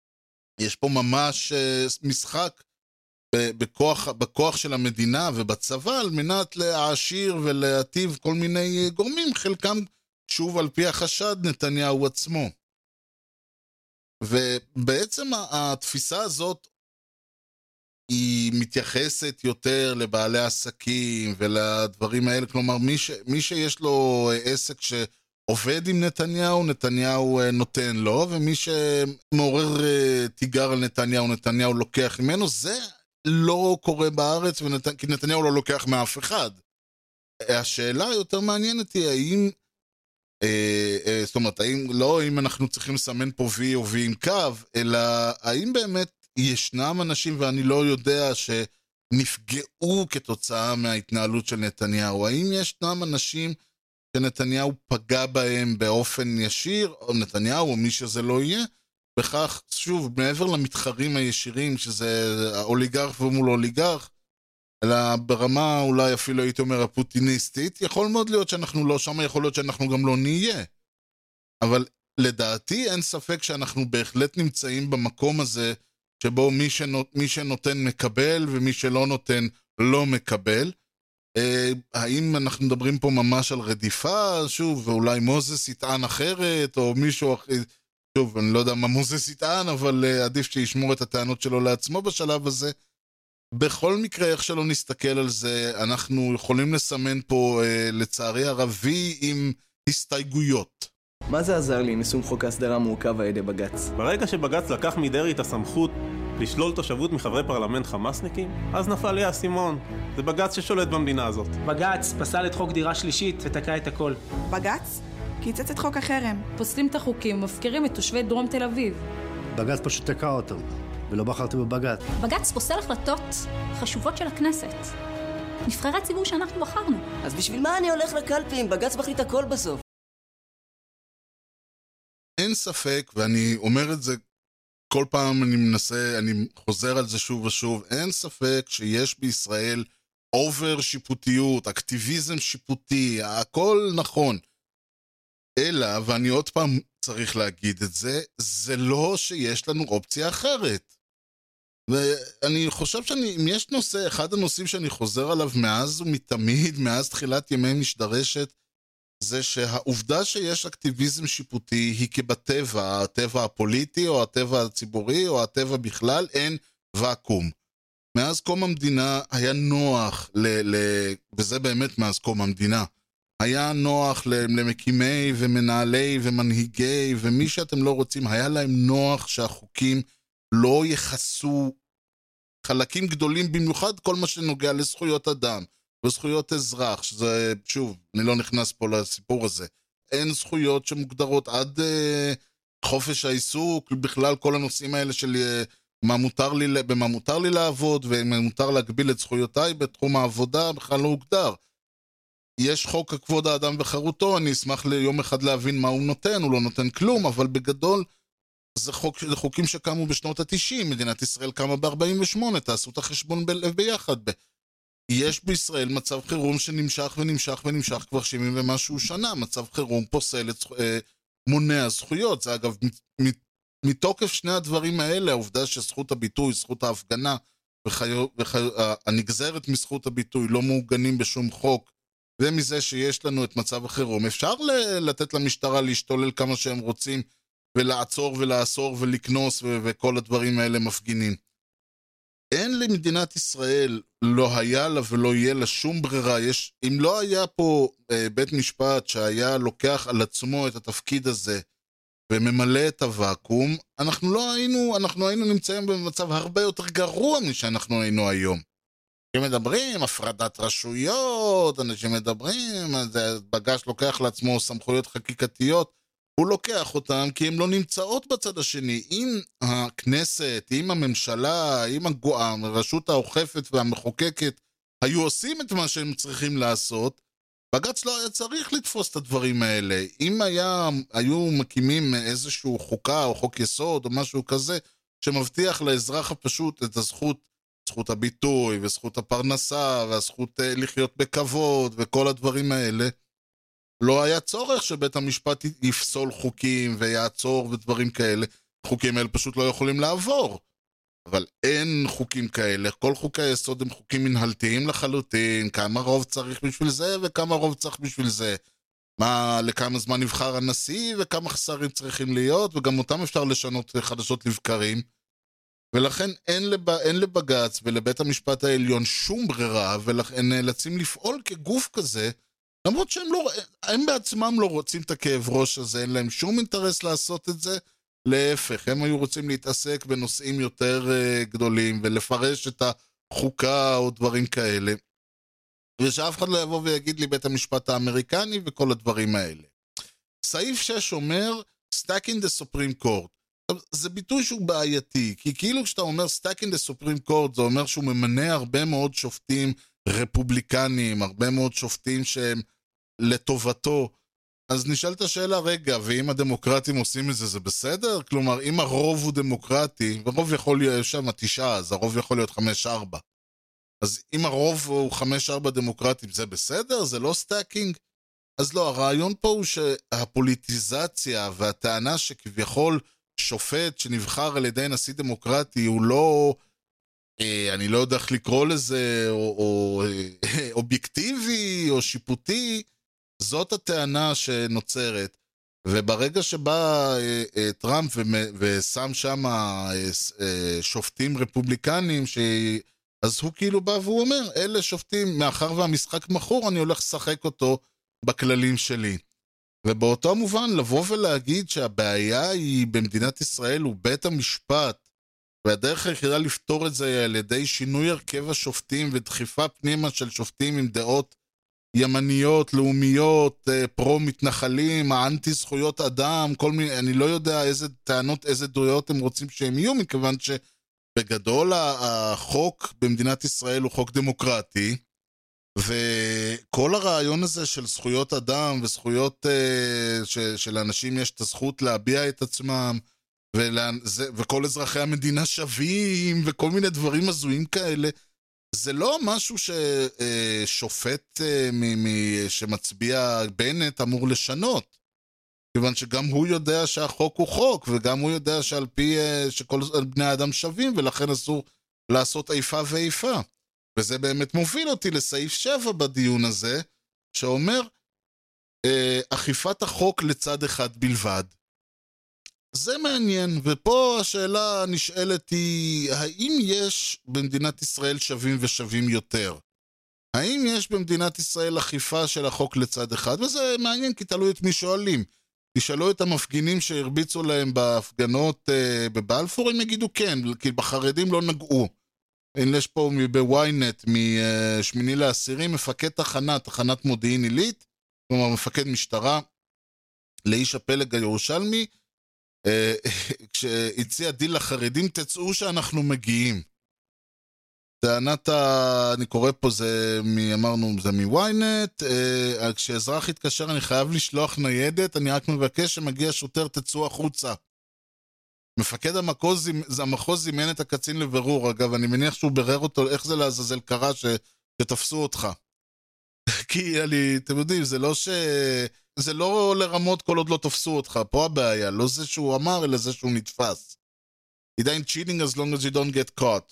יש פה ממש אה, משחק בכוח, בכוח של המדינה ובצבא, על מנת להעשיר ולהטיב כל מיני גורמים, חלקם שוב על פי החשד נתניהו עצמו. ובעצם התפיסה הזאת היא מתייחסת יותר לבעלי עסקים ולדברים האלה, כלומר מי, ש, מי שיש לו עסק שהוא עובד עם נתניהו, נתניהו נותן לו, ומי שמעורר תיגר על נתניהו, נתניהו לוקח ממנו, זה לא קורה בארץ, ונת... כי נתניהו לא לוקח מאף אחד. השאלה יותר מעניינת היא, האם, אה, אה, זאת אומרת, האם, לא אם אנחנו צריכים לסמן פה וי או וי עם קו, אלא האם באמת ישנם אנשים, ואני לא יודע, שנפגעו כתוצאה מההתנהלות של נתניהו, האם ישנם אנשים שנתניהו פגע בהם באופן ישיר, או נתניהו, או מי שזה לא יהיה, בכך, שוב, מעבר למתחרים הישירים, שזה האוליגרך ומול אוליגרך, אלא ברמה אולי אפילו הייתי אומר הפוטיניסטית, יכול מאוד להיות שאנחנו לא שם, יכול להיות שאנחנו גם לא נהיה. אבל לדעתי אין ספק שאנחנו בהחלט נמצאים במקום הזה, שבו מי, שנות, מי שנותן מקבל, ומי שלא נותן לא מקבל. אה, האם אנחנו מדברים פה ממש על רדיפה, שוב, ואולי מוזס יטען אחרת, או מישהו אחר, שוב, אני לא יודע מה מוזס יטען, אבל אה, עדיף שישמור את הטענות שלו לעצמו בשלב הזה. בכל מקרה, איך שלא נסתכל על זה, אנחנו יכולים לסמן פה, אה, לצערי הרב, וי עם הסתייגויות. מה זה עזר לי עם יישום חוק ההסדרה המורכב על ידי בג"ץ? ברגע שבג"ץ לקח מדרעי את הסמכות לשלול תושבות מחברי פרלמנט חמאסניקים, אז נפל לי האסימון. זה בג"ץ ששולט במדינה הזאת. בג"ץ פסל את חוק דירה שלישית ותקע את הכל. בג"ץ קיצץ את חוק החרם. פוסלים את החוקים ומפקירים את תושבי דרום תל אביב. בג"ץ פשוט תקע אותם, ולא בחרתי בבג"ץ. בג"ץ פוסל החלטות חשובות של הכנסת. נבחרי הציבור שאנחנו בחרנו. אז בשביל מה אני הולך לקלפי אם בג"ץ מחליט הכל בסוף? אין ספק, ואני אומר את זה כל פעם אני מנסה, אני חוזר על זה שוב ושוב, אין ספק שיש בישראל אובר שיפוטיות, אקטיביזם שיפוטי, הכל נכון. אלא, ואני עוד פעם צריך להגיד את זה, זה לא שיש לנו אופציה אחרת. ואני חושב שאני, אם יש נושא, אחד הנושאים שאני חוזר עליו מאז ומתמיד, מאז תחילת ימי משדרשת, זה שהעובדה שיש אקטיביזם שיפוטי היא כבטבע, הטבע הפוליטי או הטבע הציבורי או הטבע בכלל, אין ואקום. מאז קום המדינה היה נוח, ל, ל, וזה באמת מאז קום המדינה, היה נוח למקימי ומנהלי ומנהיגי ומי שאתם לא רוצים, היה להם נוח שהחוקים לא יחסו חלקים גדולים, במיוחד כל מה שנוגע לזכויות אדם וזכויות אזרח, שזה, שוב, אני לא נכנס פה לסיפור הזה, אין זכויות שמוגדרות עד אה, חופש העיסוק, בכלל כל הנושאים האלה של אה, מה מותר לי, במה מותר לי לעבוד ומה מותר להגביל את זכויותיי בתחום העבודה, בכלל לא הוגדר. יש חוק כבוד האדם וחירותו, אני אשמח ליום אחד להבין מה הוא נותן, הוא לא נותן כלום, אבל בגדול זה, חוק, זה חוקים שקמו בשנות ה-תשעים, מדינת ישראל קמה ב-ארבעים ושמונה, תעשו את החשבון ב- ביחד. ב- יש בישראל מצב חירום שנמשך ונמשך ונמשך כבר שבעים ומשהו שנה, מצב חירום פוסל את, אה, מונע זכויות, זה אגב מתוקף שני הדברים האלה, העובדה שזכות הביטוי, זכות ההפגנה, וחיו, וחיו, הנגזרת מזכות הביטוי לא מעוגנים בשום חוק, ומזה שיש לנו את מצב החירום, אפשר לתת למשטרה להשתולל כמה שהם רוצים, ולעצור ולאסור ולקנוס ו- וכל הדברים האלה מפגינים. אין למדינת ישראל, לא היה לה ולא יהיה לה שום ברירה. יש, אם לא היה פה אה, בית משפט שהיה לוקח על עצמו את התפקיד הזה, וממלא את הוואקום, אנחנו לא היינו, אנחנו היינו נמצאים במצב הרבה יותר גרוע משאנחנו היינו היום. אנשים מדברים, הפרדת רשויות, אנשים מדברים, בג"ץ לוקח לעצמו סמכויות חקיקתיות, הוא לוקח אותם כי הן לא נמצאות בצד השני. אם הכנסת, אם הממשלה, אם הרשות האוכפת והמחוקקת היו עושים את מה שהם צריכים לעשות, בג"ץ לא היה צריך לתפוס את הדברים האלה. אם היה, היו מקימים איזשהו חוקה או חוק יסוד או משהו כזה, שמבטיח לאזרח הפשוט את הזכות, זכות הביטוי וזכות הפרנסה והזכות לחיות בכבוד וכל הדברים האלה, לא היה צורך שבית המשפט יפסול חוקים ויעצור ודברים כאלה. חוקים האלה פשוט לא יכולים לעבור. אבל אין חוקים כאלה. כל חוקי היסוד הם חוקים מנהלתיים לחלוטין. כמה רוב צריך בשביל זה וכמה רוב צריך בשביל זה. מה, לכמה זמן נבחר הנשיא וכמה שרים צריכים להיות, וגם אותם אפשר לשנות חדשות לבקרים. ולכן אין, לב... אין לבג"ץ ולבית המשפט העליון שום ברירה, ולכן נאלצים לפעול כגוף כזה, למרות שהם לא, הם בעצמם לא רוצים את הכאב ראש הזה, אין להם שום אינטרס לעשות את זה, להפך, הם היו רוצים להתעסק בנושאים יותר uh, גדולים, ולפרש את החוקה או דברים כאלה, ושאף אחד לא יבוא ויגיד לי בית המשפט האמריקני וכל הדברים האלה. סעיף שש אומר, stack in the Supreme Court. זה ביטוי שהוא בעייתי, כי כאילו כשאתה אומר stack in the Supreme Court, זה אומר שהוא ממנה הרבה מאוד שופטים רפובליקנים, הרבה מאוד שופטים שהם לטובתו. אז נשאלת השאלה, רגע, ואם הדמוקרטים עושים את זה, זה בסדר? כלומר, אם הרוב הוא דמוקרטי, והרוב יכול להיות שם תשעה, אז הרוב יכול להיות חמש ארבע. אז אם הרוב הוא חמש ארבע דמוקרטים, זה בסדר? זה לא סטאקינג? אז לא, הרעיון פה הוא שהפוליטיזציה והטענה שכביכול שופט שנבחר על ידי נשיא דמוקרטי הוא לא, אה, אני לא יודע איך לקרוא לזה, או, או אה, אובייקטיבי או שיפוטי, זאת הטענה שנוצרת. וברגע שבא אה, אה, טראמפ ו- ושם שם אה, אה, שופטים רפובליקנים, ש... אז הוא כאילו בא והוא אומר, אלה שופטים, מאחר והמשחק מכור, אני הולך לשחק אותו בכללים שלי. ובאותו מובן, לבוא ולהגיד שהבעיה היא במדינת ישראל הוא בית המשפט, והדרך היחידה לפתור את זה על ידי שינוי הרכב השופטים ודחיפה פנימה של שופטים עם דעות ימניות, לאומיות, פרו-מתנחלים, האנטי זכויות אדם, כל מיני, אני לא יודע איזה טענות, איזה דעות הם רוצים שהם יהיו, מכיוון שבגדול החוק במדינת ישראל הוא חוק דמוקרטי, וכל הרעיון הזה של זכויות אדם וזכויות ש, שלאנשים יש את הזכות להביע את עצמם, ולה, זה, וכל אזרחי המדינה שווים, וכל מיני דברים הזויים כאלה, זה לא משהו ששופט שמצביע בנט אמור לשנות, כיוון שגם הוא יודע שהחוק הוא חוק, וגם הוא יודע שעל פי שכל בני האדם שווים, ולכן אסור לעשות איפה ואיפה. וזה באמת מוביל אותי לסעיף שבע בדיון הזה, שאומר, אכיפת החוק לצד אחד בלבד. זה מעניין, ופה השאלה הנשאלת היא, האם יש במדינת ישראל שווים ושווים יותר? האם יש במדינת ישראל אכיפה של החוק לצד אחד? וזה מעניין, כי תלוי את מי שואלים. תשאלו את המפגינים שהרביצו להם בהפגנות uh, בבלפור, הם יגידו כן, כי בחרדים לא נגעו. יש פה בוויינט, משמיני לעשירים, מפקד תחנה, תחנת מודיעין עילית, כלומר מפקד משטרה, לאיש הפלג הירושלמי, כשהציע דיל לחרדים, תצאו שאנחנו מגיעים. טענת, אני קורא פה, זה, אמרנו, זה מוויינט, כשאזרח יתקשר אני חייב לשלוח ניידת, אני רק מבקש שמגיע שוטר, תצאו החוצה. מפקד המחוז, המחוז זימן את הקצין לברור, אגב, אני מניח שהוא ברר אותו, איך זה לעזאזל קרה ש, שתפסו אותך. כי אני, אתם יודעים, זה לא ש... זה לא לרמות כל עוד לא תפסו אותך, פה הבעיה, לא זה שהוא אמר, אלא זה שהוא נתפס. It ain't cheating as long as you don't get caught.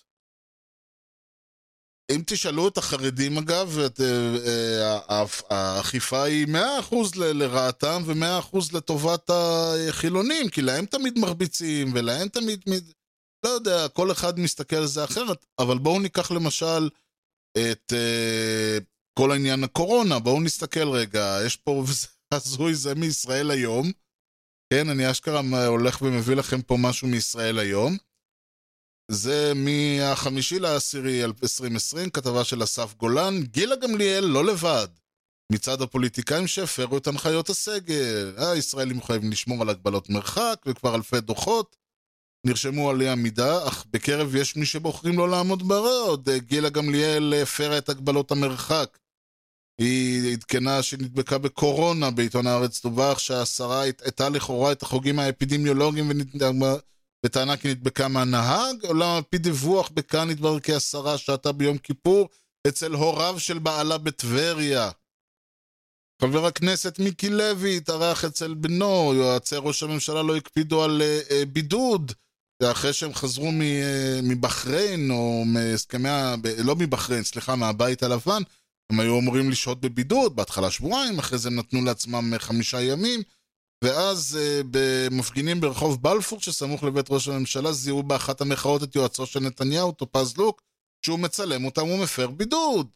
אם תשאלו את החרדים אגב, את, האכיפה היא מאה אחוז לרעתם ו-מאה אחוז לטובת החילונים, כי להם תמיד מרביצים, ולהם תמיד, לא יודע, כל אחד מסתכל על זה אחרת, אבל בואו ניקח למשל את כל העניין הקורונה, בואו נסתכל רגע, יש פה, וזה הזוי, זה מישראל היום, כן, אני אשכרה הולך ומביא לכם פה משהו מישראל היום, זה מהחמישי לעשירי עשרים עשרים, כתבה של אסף גולן, גילה גמליאל לא לבד, מצד הפוליטיקאים שהפרו את הנחיות הסגל, הישראלים חייבים לשמור על הגבלות מרחק, וכבר אלפי דוחות נרשמו עלי עמידה, אך בקרב יש מי שבוחרים לא לעמוד ברוד, גילה גמליאל הפרה את הגבלות המרחק, היא התקנה שנדבקה בקורונה, בעיתון הארץ דווח שהשרה הייתה לכאורה את החוגים האפידמיולוגיים וטענה כי נדבקה מהנהג, אולם על פי דיווח בכאן נדבר כי השרה שעתה ביום כיפור אצל הוריו של בעלה בטבריה. חבר הכנסת מיקי לוי התארח אצל בנו, יועצי ראש הממשלה לא הקפידו על uh, בידוד, אחרי שהם חזרו מבחריין, או מהסכמי, לא מבחריין, סליחה, מהבית הלבן, הם היו אמורים לשהות בבידוד, בהתחלה שבועיים, אחרי זה הם נתנו לעצמם חמישה ימים, ואז uh, במפגינים ברחוב בלפור, שסמוך לבית ראש הממשלה, זיהו באחת המחאות את יועצו של נתניהו, טופז לוק, שהוא מצלם אותם ומפר בידוד.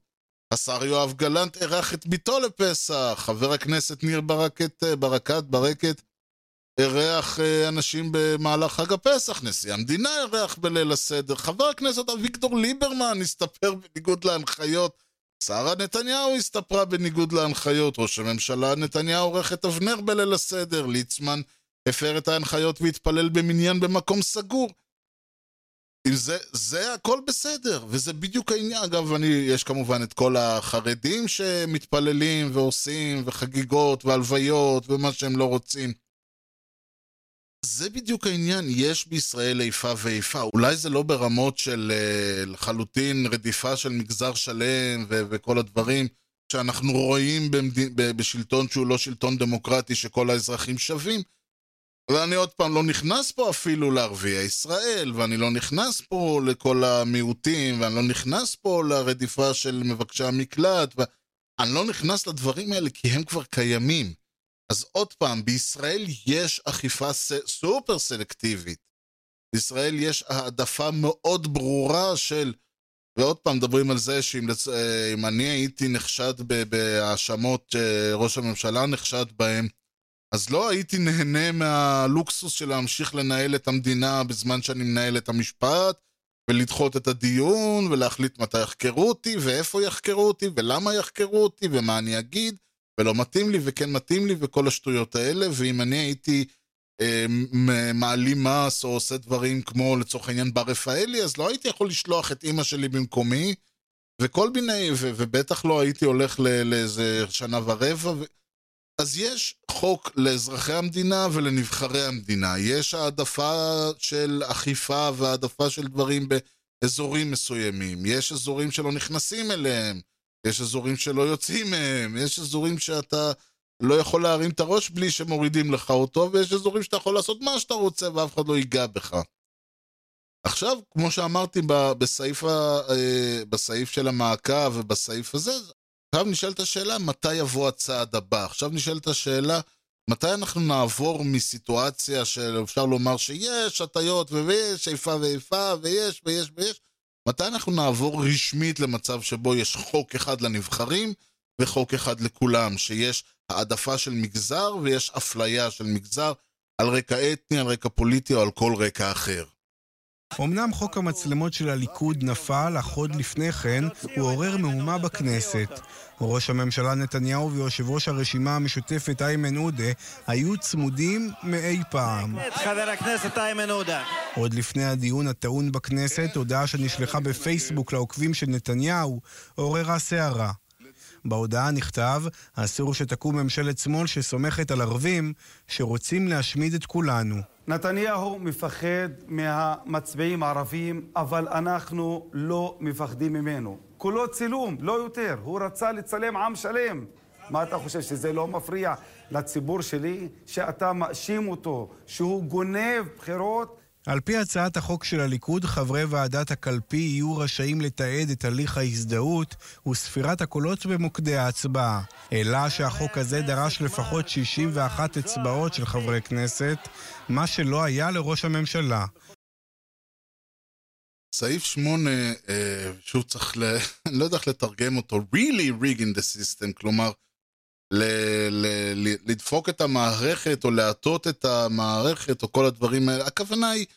השר יואב גלנט ערך את ביתו לפסח, חבר הכנסת ניר ברקת, ברקת, ברקת, ערך אנשים במהלך חג הפסח, נשיא המדינה ערך בליל הסדר, חבר הכנסת אביגדור ליברמן הסתפר בניגוד להנחיות, שרה נתניהו הסתפרה בניגוד להנחיות, ראש הממשלה נתניהו ערך את אבנר בליל הסדר, ליצמן הפר את ההנחיות והתפלל במניין במקום סגור. אם זה, זה הכל בסדר, וזה בדיוק העניין. אגב, אני, יש כמובן את כל החרדים שמתפללים ועושים וחגיגות והלוויות ומה שהם לא רוצים. זה בדיוק העניין, יש בישראל איפה ואיפה, אולי זה לא ברמות של לחלוטין רדיפה של מגזר שלם ו- וכל הדברים שאנחנו רואים במד... בשלטון שהוא לא שלטון דמוקרטי שכל האזרחים שווים, ואני עוד פעם לא נכנס פה אפילו לערביי ישראל, ואני לא נכנס פה לכל המיעוטים, ואני לא נכנס פה לרדיפה של מבקשי המקלט, ואני לא נכנס לדברים האלה כי הם כבר קיימים. אז עוד פעם, בישראל יש אכיפה סופר סלקטיבית. בישראל יש העדפה מאוד ברורה של, ועוד פעם מדברים על זה שאם לצ... אני הייתי נחשד בהאשמות שראש הממשלה נחשד בהם, אז לא הייתי נהנה מהלוקסוס של להמשיך לנהל את המדינה בזמן שאני מנהל את המשפט, ולדחות את הדיון, ולהחליט מתי יחקרו אותי, ואיפה יחקרו אותי, ולמה יחקרו אותי, ומה אני אגיד, ולא מתאים לי וכן מתאים לי וכל השטויות האלה. ואם אני הייתי אה, מעלים מס או עושה דברים כמו לצורך העניין בר רפאלי, אז לא הייתי יכול לשלוח את אמא שלי במקומי, וכל מיני, ו- ובטח לא הייתי הולך ל- לאיזה שנה ורבע. ו- אז יש חוק לאזרחי המדינה ולנבחרי המדינה. יש העדפה של אכיפה והעדפה של דברים באזורים מסוימים. יש אזורים שלא נכנסים אליהם. יש אזורים שלא יוצאים מהם, יש אזורים שאתה לא יכול להרים את הראש בלי שמורידים לך אותו, ויש אזורים שאתה יכול לעשות מה שאתה רוצה ואף אחד לא ייגע בך. עכשיו, כמו שאמרתי בסעיף, בסעיף של המעקב ובסעיף הזה, עכשיו נשאלת השאלה מתי יבוא הצעד הבא. עכשיו נשאלת השאלה מתי אנחנו נעבור מסיטואציה של אפשר לומר שיש הטיות ויש איפה ואיפה ויש ויש ויש, מתי אנחנו נעבור רשמית למצב שבו יש חוק אחד לנבחרים וחוק אחד לכולם, שיש העדפה של מגזר ויש אפליה של מגזר על רקע אתני, על רקע פוליטי או על כל רקע אחר. אמנם חוק המצלמות של הליכוד נפל, אך עוד לפני כן הוא עורר מהומה בכנסת. ראש הממשלה נתניהו ויושב ראש הרשימה המשותפת איימן עודה היו צמודים מאי פעם. חבר הכנסת איימן עודה. עוד לפני הדיון הטעון בכנסת, הודעה שנשלחה בפייסבוק לעוקבים של נתניהו עוררה סערה. בהודעה נכתב, אסור שתקום ממשלת שמאל שסומכת על ערבים שרוצים להשמיד את כולנו. נתניהו מפחד מהמצביעים הערבים, אבל אנחנו לא מפחדים ממנו. כולו צילום, לא יותר. הוא רצה לצלם עם שלם. מה אתה חושב, שזה לא מפריע לציבור שלי? שאתה מאשים אותו שהוא גונב בחירות? על פי הצעת החוק של הליכוד, חברי ועדת הקלפי יהיו רשאים לתעד את הליך ההזדהות וספירת הקולות במוקדי ההצבעה. אלא שהחוק הזה דרש לפחות שישים ואחת אצבעות של חברי כנסת, מה שלא היה לראש הממשלה. סעיף שמונה, שוב צריך, ל... אני לא יודע איך לתרגם אותו, really rigging the system, כלומר, ל... ל... ל... לדפוק את המערכת או להטות את המערכת או כל הדברים האלה. הכוונה היא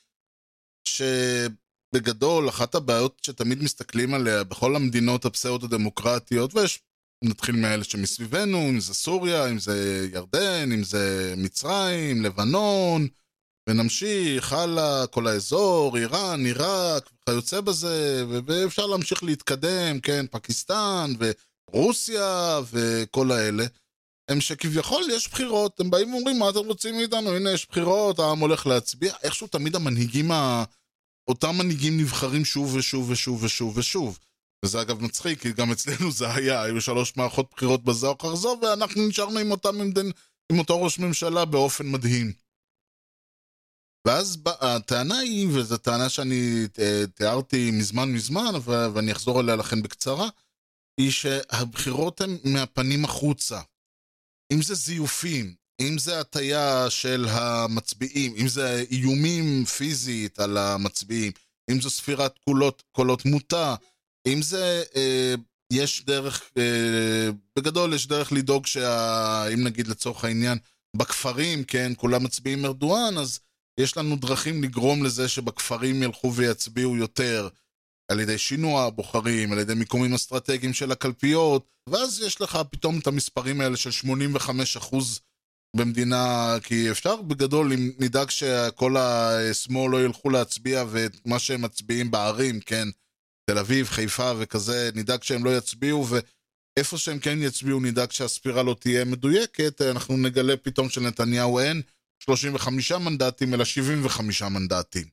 שבגדול אחת הבעיות שתמיד מסתכלים עליה בכל המדינות הפסאודו-דמוקרטיות, ויש, נתחיל מאלה שמסביבנו, אם זה סוריה, אם זה ירדן, אם זה מצרים, לבנון, ונמשיך הלאה, כל האזור, איראן, עיראק, וכיוצא בזה, ואפשר להמשיך להתקדם, כן, פקיסטן ורוסיה וכל האלה. הם שכביכול יש בחירות, הם באים ואומרים מה אתם רוצים מאיתנו, הנה יש בחירות, העם הולך להצביע, איכשהו תמיד המנהיגים, אותם מנהיגים נבחרים שוב ושוב ושוב ושוב ושוב, וזה אגב מצחיק, כי גם אצלנו זה היה, היו שלוש מערכות בחירות בזה או כרזו, ואנחנו נשארנו עם אותם, עם אותו ראש ממשלה באופן מדהים. ואז הטענה היא, וזו טענה שאני תיארתי מזמן מזמן, ואני אחזור עליה לכן בקצרה, היא שהבחירות הן מהפנים החוצה. אם זה זיופים, אם זה הטיה של המצביעים, אם זה איומים פיזית על המצביעים, אם זו ספירת קולות, קולות מוטה, אם זה אה, יש דרך, בגדול יש דרך לדאוג שאם נגיד לצורך העניין, בכפרים, כן, כולם מצביעים ארדואן, אז יש לנו דרכים לגרום לזה שבכפרים ילכו ויצביעו יותר, על ידי שינוע הבוחרים, על ידי מיקומים אסטרטגיים של הקלפיות, ואז יש לך פתאום את המספרים האלה של שמונים וחמישה אחוז במדינה, כי אפשר בגדול, אם נדאג שכל השמאל לא ילכו להצביע, ומה שהם מצביעים בערים, כן, תל אביב, חיפה וכזה, נדאג שהם לא יצביעו, ואיפה שהם כן יצביעו, נדאג שהספירה לא תהיה מדויקת, אנחנו נגלה פתאום שלנתניהו אין שלושים וחמישה מנדטים, אלא שבעים וחמישה מנדטים.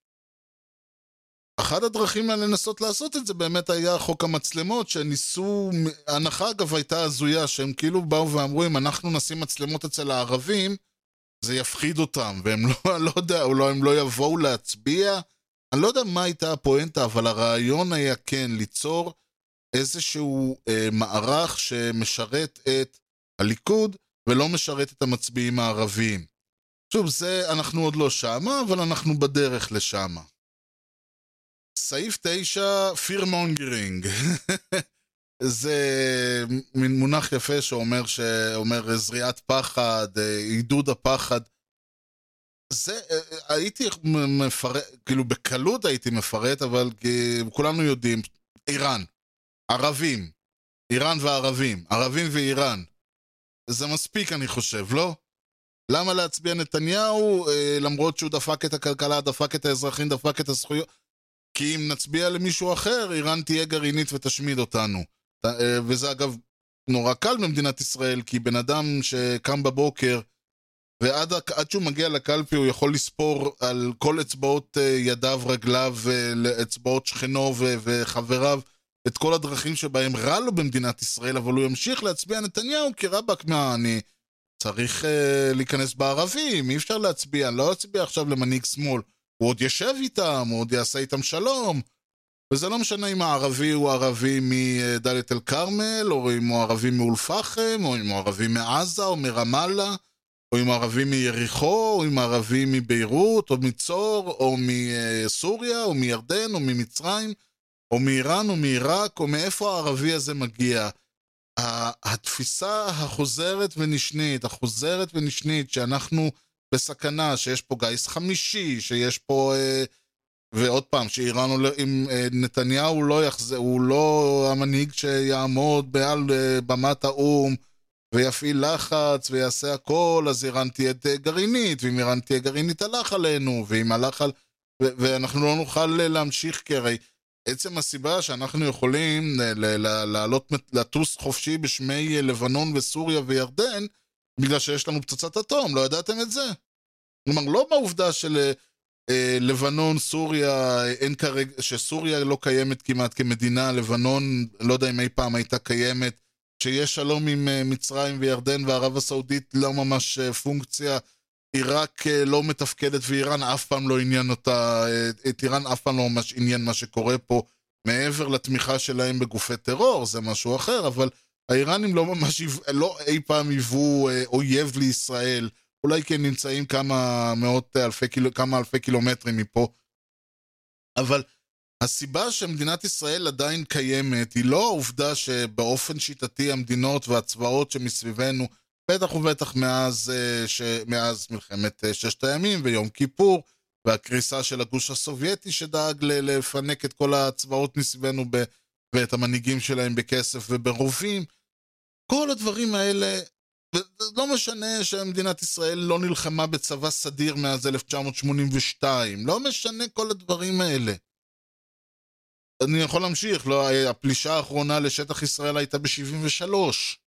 אחד הדרכים לנסות לעשות את זה באמת היה חוק המצלמות, שניסו, ההנחה אגב הייתה הזויה, שהם כאילו באו ואמרו, אם אנחנו נשים מצלמות אצל הערבים, זה יפחיד אותם, והם לא, לא יודע, או לא, הם לא יבואו להצביע, אני לא יודע מה הייתה הפואנטה, אבל הרעיון היה כן, ליצור איזשהו אה, מערך שמשרת את הליכוד, ולא משרת את המצביעים הערביים. שוב, זה, אנחנו עוד לא שמה, אבל אנחנו בדרך לשמה. סעיף תשע, fear mongering. זה מין מונח יפה שאומר, שאומר זריעת פחד, עידוד הפחד. זה, הייתי מפרט, כאילו בקלות הייתי מפרט, אבל כולנו יודעים, איראן, ערבים, איראן וערבים, ערבים ואיראן. זה מספיק אני חושב, לא? למה להצביע נתניהו, למרות שהוא דפק את הכלכלה, דפק את האזרחים, דפק את הזכויות? כי אם נצביע למישהו אחר, איראן תהיה גרעינית ותשמיד אותנו. וזה אגב נורא קל במדינת ישראל, כי בן אדם שקם בבוקר, ועד עד שהוא מגיע לקלפי הוא יכול לספור על כל אצבעות ידיו, רגליו, אצבעות שכנו וחבריו, את כל הדרכים שבהם רע לו במדינת ישראל, אבל הוא ימשיך להצביע נתניהו, כי רבק מה, אני צריך uh, להיכנס בערבים, אי אפשר להצביע, לא להצביע עכשיו למנהיג שמאל, הוא עוד ישב איתם, הוא עוד יעשה איתם שלום, וזה לא משנה אם הערבי הוא ערבי מדלית אל כרמל, או אם הוא ערבי מאולפחם, או אם הוא ערבי מעזה, או מרמאללה, או אם הוא ערבי מיריחו, או אם הוא ערבי מביירות, או מצור, או מסוריה, או מירדן, או ממצרים, או מאיראן, או מעיראק, או מאיפה הערבי הזה מגיע. התפיסה החוזרת ונשנית, החוזרת ונשנית, שאנחנו בסכנה, שיש פה גייס חמישי, שיש פה, ועוד פעם, שאיראן, אם נתניהו לא יחזר, הוא לא המנהיג שיעמוד בעל במת האום, ויפעיל לחץ, ויעשה הכל, אז איראן תהיה גרעינית, ואם איראן תהיה גרעינית הלך עלינו, ואם הלך על... ו- ואנחנו לא נוכל להמשיך, כי הרי עצם הסיבה שאנחנו יכולים לעלות, לטוס חופשי בשמי לבנון וסוריה וירדן, בגלל שיש לנו פצצת אטום, לא ידעתם את זה? כלומר, לא בעובדה של לבנון, סוריה, אין כרגע, שסוריה לא קיימת כמעט כמדינה, לבנון, לא יודע אם אי פעם הייתה קיימת, שיש שלום עם מצרים וירדן וערב הסעודית לא ממש פונקציה, עיראק לא מתפקדת ואיראן אף פעם לא עניין אותה, את איראן אף פעם לא ממש עניין מה שקורה פה, מעבר לתמיכה שלהם בגופי טרור, זה משהו אחר, אבל האיראנים לא ממש, לא אי פעם היוו אויב לישראל, אולי כן נמצאים כמה מאות אלפי, כמה אלפי קילומטרים מפה, אבל הסיבה שמדינת ישראל עדיין קיימת היא לא העובדה שבאופן שיטתי המדינות והצבאות שמסביבנו, בטח ובטח מאז, ש... מאז מלחמת ששת הימים ויום כיפור, והקריסה של הגוש הסובייטי שדאג לפנק את כל הצבאות מסביבנו ב... ואת המנהיגים שלהם בכסף וברובים, כל הדברים האלה, לא משנה שמדינת ישראל לא נלחמה בצבא סדיר מאז אלף תשע מאות שמונים ושתיים, לא משנה כל הדברים האלה. אני יכול להמשיך, לא, הפלישה האחרונה לשטח ישראל הייתה ב-שבעים ושלוש.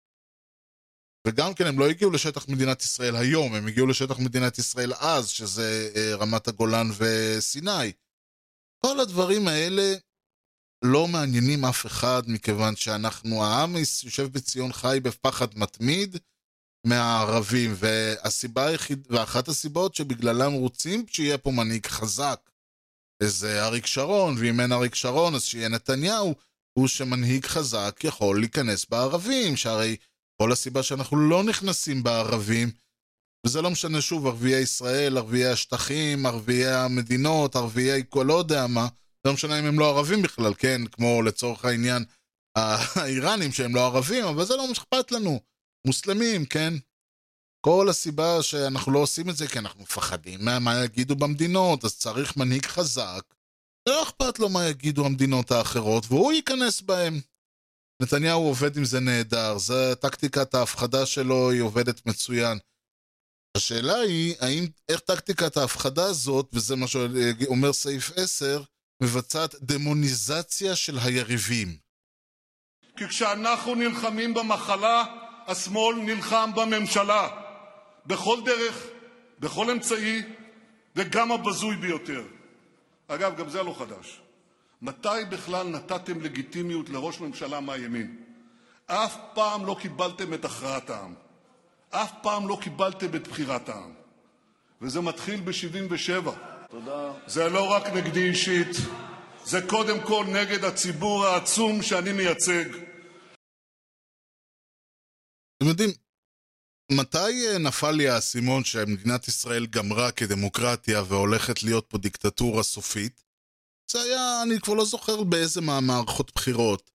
וגם כן הם לא הגיעו לשטח מדינת ישראל היום, הם הגיעו לשטח מדינת ישראל אז, שזה רמת הגולן וסיני. כל הדברים האלה לא מעניינים אף אחד, מכיוון שאנחנו, העם יושב בציון חי בפחד מתמיד מהערבים, והסיבה היחיד, ואחת הסיבות שבגללם רוצים שיהיה פה מנהיג חזק, זה אריק שרון, ואם אין אריק שרון אז שיהיה נתניהו, הוא שמנהיג חזק יכול להיכנס בערבים, שהרי כל הסיבה שאנחנו לא נכנסים בערבים, וזה לא משנה שוב, ערביי ישראל, ערביי השטחים, ערביי המדינות, ערביי כל לא יודע מה, לא משנה אם הם לא ערבים בכלל, כן, כמו לצורך העניין, האיראנים שהם לא ערבים, אבל זה לא משכפת לנו. מוסלמים, כן? כל הסיבה שאנחנו לא עושים את זה, כי אנחנו מפחדים מה, מה יגידו במדינות, אז צריך מנהיג חזק. לא אכפת לו מה יגידו המדינות האחרות, והוא ייכנס בהם. נתניהו עובד עם זה נהדר, זה טקטיקת ההפחדה שלו, היא עובדת מצוין. השאלה היא, האם, איך טקטיקת ההפחדה הזאת, וזה מה שאומר סעיף עשר, מבצעת דמוניזציה של היריבים. כי כשאנחנו נלחמים במחלה, השמאל נלחם בממשלה. בכל דרך, בכל אמצעי, וגם הבזוי ביותר. אגב, גם זה לא חדש. מתי בכלל נתתם לגיטימיות לראש ממשלה מהימין? אף פעם לא קיבלתם את הכרעת העם. אף פעם לא קיבלתם את בחירת העם. וזה מתחיל ב-שבעים ושבע. תודה. זה לא רק נגדי אישית, זה קודם כל נגד הציבור העצום שאני מייצג. אתם יודעים, מתי נפל לי האסימון שמדינת ישראל גמרה כדמוקרטיה והולכת להיות פה דיקטטורה סופית? זה היה, אני כבר לא זוכר באיזה מערכות בחירות.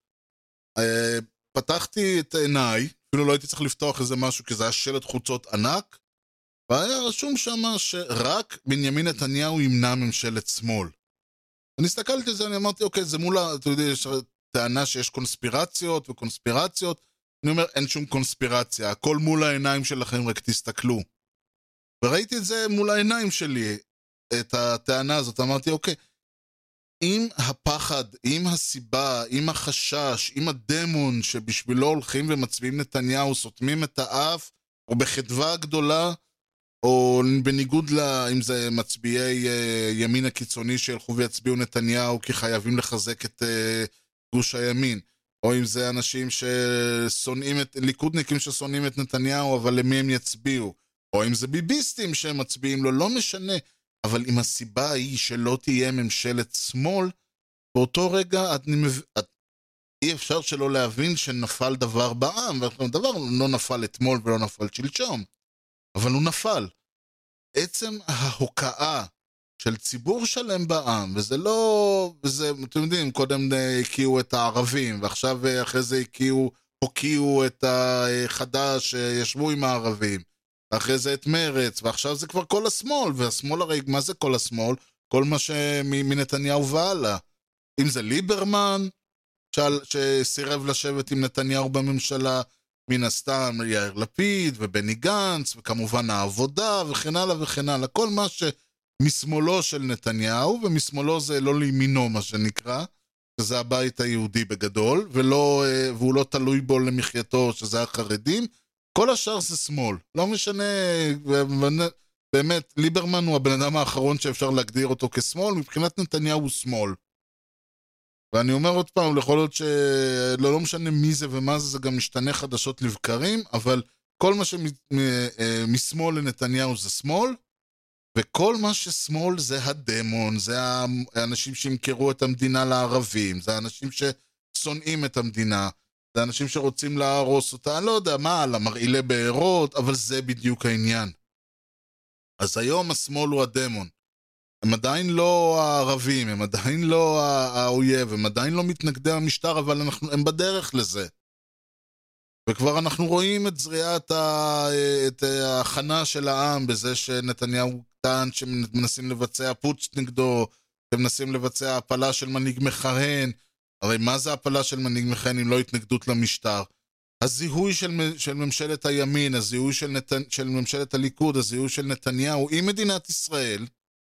פתחתי את עיניי, אפילו לא הייתי צריך לפתוח איזה משהו, כי זה היה שלט חוצות ענק, והיה רשום שם שרק בנימין נתניהו ימנע ממשלת שמאל. אני הסתכלתי על זה, אני אמרתי, אוקיי, זה מול, אתה יודע, יש טענה שיש קונספירציות וקונספירציות, אני אומר, אין שום קונספירציה, הכל מול העיניים שלכם, רק תסתכלו. וראיתי את זה מול העיניים שלי, את הטענה הזאת, אמרתי, אוקיי, אם הפחד, אם הסיבה, אם החשש, אם הדמון שבשבילו הולכים ומצביעים נתניהו, סותמים את האף, או בחדווה גדולה, או בניגוד לה, אם זה מצביעי uh, ימין הקיצוני שילכו ויצביעו נתניהו, כי חייבים לחזק את uh, גוש הימין, או אם זה אנשים ששונאים את, ליכודניקים ששונאים את נתניהו, אבל למי הם יצביעו, או אם זה ביביסטים שהם מצביעים לו, לא משנה, אבל אם הסיבה היא שלא תהיה ממשלת שמאל, באותו רגע את, את, אי אפשר שלא להבין שנפל דבר בעם, ודבר לא נפל אתמול ולא נפל שלשום, אבל הוא נפל. עצם ההוקעה של ציבור שלם בעם, וזה לא, וזה, אתם יודעים, קודם הקיעו את הערבים, ועכשיו אחרי זה הקיעו, הוקיעו את החדש, ישבו עם הערבים, ואחרי זה את מרץ, ועכשיו זה כבר כל השמאל, והשמאל הרי, מה זה כל השמאל? כל מה שמנתניהו ועלה. אם זה ליברמן, שסירב לשבת עם נתניהו בממשלה, מן הסתם יאיר לפיד ובני גנץ, וכמובן העבודה וכן הלאה וכן הלאה, כל מה שמשמאלו של נתניהו, ומשמאלו זה לא לימינו מה שנקרא, שזה הבית היהודי בגדול, ולא, והוא לא תלוי בו למחייתו, שזה החרדים, כל השאר זה שמאל, לא משנה, באמת, ליברמן הוא הבן אדם האחרון שאפשר להגדיר אותו כשמאל, מבחינת נתניהו הוא שמאל. ואני אומר עוד פעם, יכול להיות שלא לא משנה מי זה ומה זה, זה גם משתנה חדשות לבקרים, אבל כל מה שמשמאל לנתניהו זה שמאל, וכל מה ששמאל זה הדמון, זה האנשים שימכרו את המדינה לערבים, זה האנשים ששונאים את המדינה, זה האנשים שרוצים להרוס אותה, אני לא יודע מה, על המרעילי בארות, אבל זה בדיוק העניין. אז היום השמאל הוא הדמון. הם עדיין לא הערבים, הם עדיין לא האויב, הם עדיין לא מתנגדי המשטר, אבל אנחנו, הם בדרך לזה. וכבר אנחנו רואים את זריעת ה, את ההכנה של העם בזה שנתניהו טען שמנסים לבצע פוטש נגדו, שמנסים לבצע הפלה של מנהיג מכהן. הרי מה זה הפלה של מנהיג מכהן אם לא התנגדות למשטר? הזיהוי של, של ממשלת הימין, הזיהוי של, נת, של ממשלת הליכוד, הזיהוי של נתניהו עם מדינת ישראל,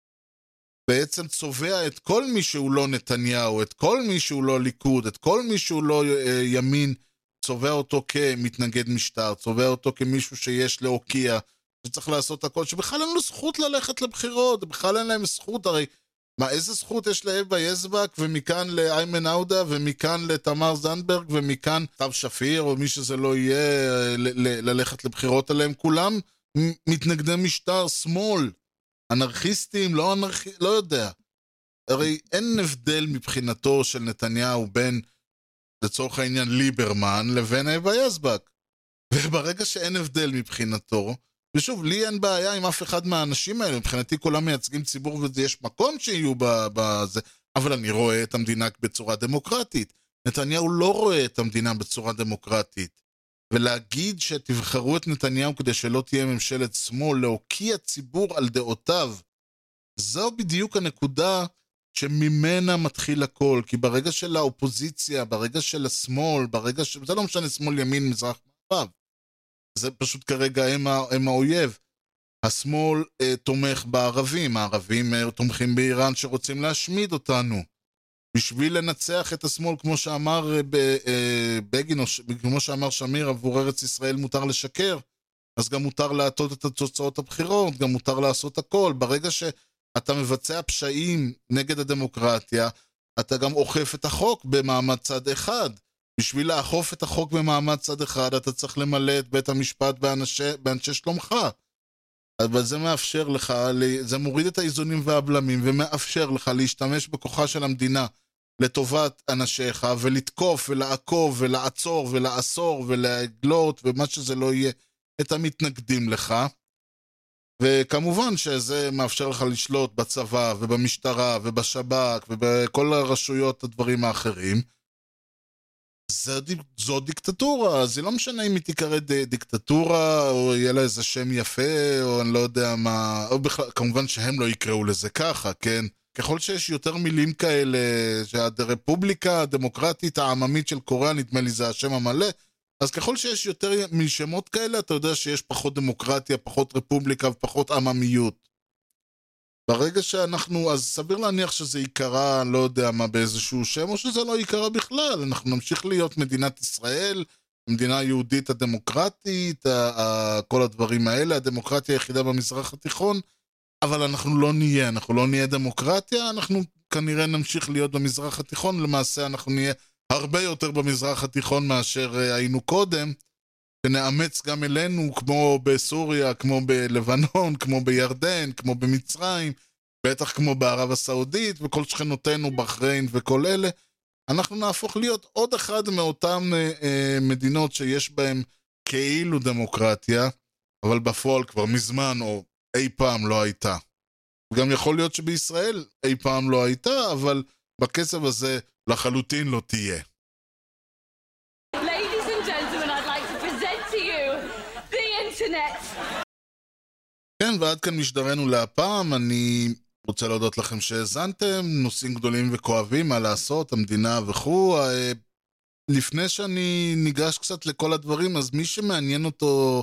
בעצם צובע את כל מי שהוא לא נתניהו, את כל מי שהוא לא ליכוד, את כל מי שהוא לא אה, ימין, צובע אותו כמתנגד משטר, צובע אותו כמישהו שיש להוקיע, שצריך לעשות הכל, שבכלל אין לו זכות ללכת לבחירות, בכלל אין להם זכות, הרי מה, איזה זכות יש לאבא יזבק, ומכאן לאיימן עודה, ומכאן לתמר זנדברג, ומכאן סתיו שפיר, או מי שזה לא יהיה, ל- ל- ללכת לבחירות עליהם, כולם מתנגדי משטר, שמאל, אנרכיסטים, לא אנרכיסטים, לא יודע. הרי אין הבדל מבחינתו של נתניהו בין, לצורך העניין, ליברמן, לבין אבא יזבק. וברגע שאין הבדל מבחינתו, ושוב, לי אין בעיה עם אף אחד מהאנשים האלה, מבחינתי כולם מייצגים ציבור ויש מקום שיהיו בזה, אבל אני רואה את המדינה בצורה דמוקרטית. נתניהו לא רואה את המדינה בצורה דמוקרטית. ולהגיד שתבחרו את נתניהו כדי שלא תהיה ממשלת שמאל, להוקיע ציבור על דעותיו, זו בדיוק הנקודה שממנה מתחיל הכל, כי ברגע של האופוזיציה, ברגע של השמאל, ברגע ש... זה לא משנה שמאל, ימין, מזרח, מערב. זה פשוט כרגע הם, הם האויב. השמאל אה, תומך בערבים, הערבים אה, תומכים באיראן שרוצים להשמיד אותנו. בשביל לנצח את השמאל, כמו שאמר אה, אה, בגין, או ש... כמו שאמר שמיר, עבור ארץ ישראל מותר לשקר, אז גם מותר להטות את התוצאות הבחירות, גם מותר לעשות הכל. ברגע ש... אתה מבצע פשעים נגד הדמוקרטיה, אתה גם אוכף את החוק במעמד צד אחד. בשביל לאכוף את החוק במעמד צד אחד, אתה צריך למלא את בית המשפט באנשי, באנשי שלומך. אבל זה מאפשר לך, זה מוריד את האיזונים והבלמים, ומאפשר לך להשתמש בכוחה של המדינה לטובת אנשיך, ולתקוף ולעקוב ולעצור ולאסור ולהגלות, ומה שזה לא יהיה, את המתנגדים לך. וכמובן שזה מאפשר לך לשלוט בצבא ובמשטרה ובשב"כ ובכל הרשויות הדברים האחרים. זו, זו דיקטטורה, זה לא משנה אם היא תיקרא דיקטטורה או יהיה לה איזה שם יפה או אני לא יודע מה, או בכלל, כמובן שהם לא יקראו לזה ככה, כן? ככל שיש יותר מילים כאלה, שהרפובליקה הדמוקרטית העממית של קוריאה, נדמה לי זה השם המלא, אז ככל שיש יותר משמות כאלה, אתה יודע שיש פחות דמוקרטיה, פחות רפובליקה ופחות עממיות. ברגע שאנחנו, אז סביר להניח שזה יקרה, לא יודע מה, באיזשהו שם, או שזה לא יקרה בכלל. אנחנו נמשיך להיות מדינת ישראל, מדינה יהודית הדמוקרטית, כל הדברים האלה, הדמוקרטיה היחידה במזרח התיכון, אבל אנחנו לא נהיה, אנחנו לא נהיה דמוקרטיה, אנחנו כנראה נמשיך להיות במזרח התיכון, למעשה אנחנו נהיה הרבה יותר במזרח התיכון מאשר היינו קודם, ונאמץ גם אלינו, כמו בסוריה, כמו בלבנון, כמו בירדן, כמו במצרים, בטח כמו בערב הסעודית, וכל שכנותינו, בחריין וכל אלה, אנחנו נהפוך להיות עוד אחד מאותן אה, מדינות שיש בהן כאילו דמוקרטיה, אבל בפועל כבר מזמן או אי פעם לא הייתה. וגם יכול להיות שבישראל אי פעם לא הייתה, אבל בקצב הזה לחלוטין לא תהיה. Ladies and gentlemen, I'd like to present to you the internet. כן, ועד כאן משדרנו להפעם. אני רוצה להודות לכם שהזנתם, נושאים גדולים וכואבים, מה לעשות, המדינה וכו'. לפני שאני ניגש קצת לכל הדברים, אז מי שמעניין אותו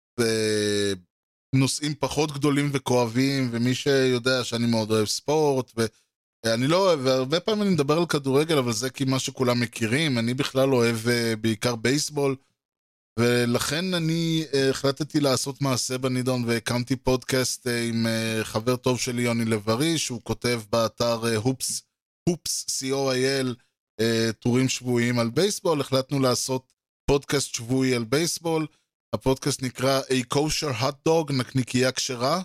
בנושאים פחות גדולים וכואבים, ומי שיודע שאני מאוד אוהב ספורט, ואני לא אוהב, והרבה פעמים אני מדבר על כדורגל, אבל זה כי מה שכולם מכירים, אני בכלל אוהב בעיקר בייסבול, ולכן אני החלטתי לעשות מעשה בנידון, והקמתי פודקאסט עם חבר טוב שלי יוני לב-ארי, שהוא כותב באתר הופס, הופס, סי או איי אל, טורים שבועיים על בייסבול. החלטנו לעשות פודקאסט שבועי על בייסבול, הפודקאסט נקרא A Kosher Hot Dog, נקניקייה כשרה,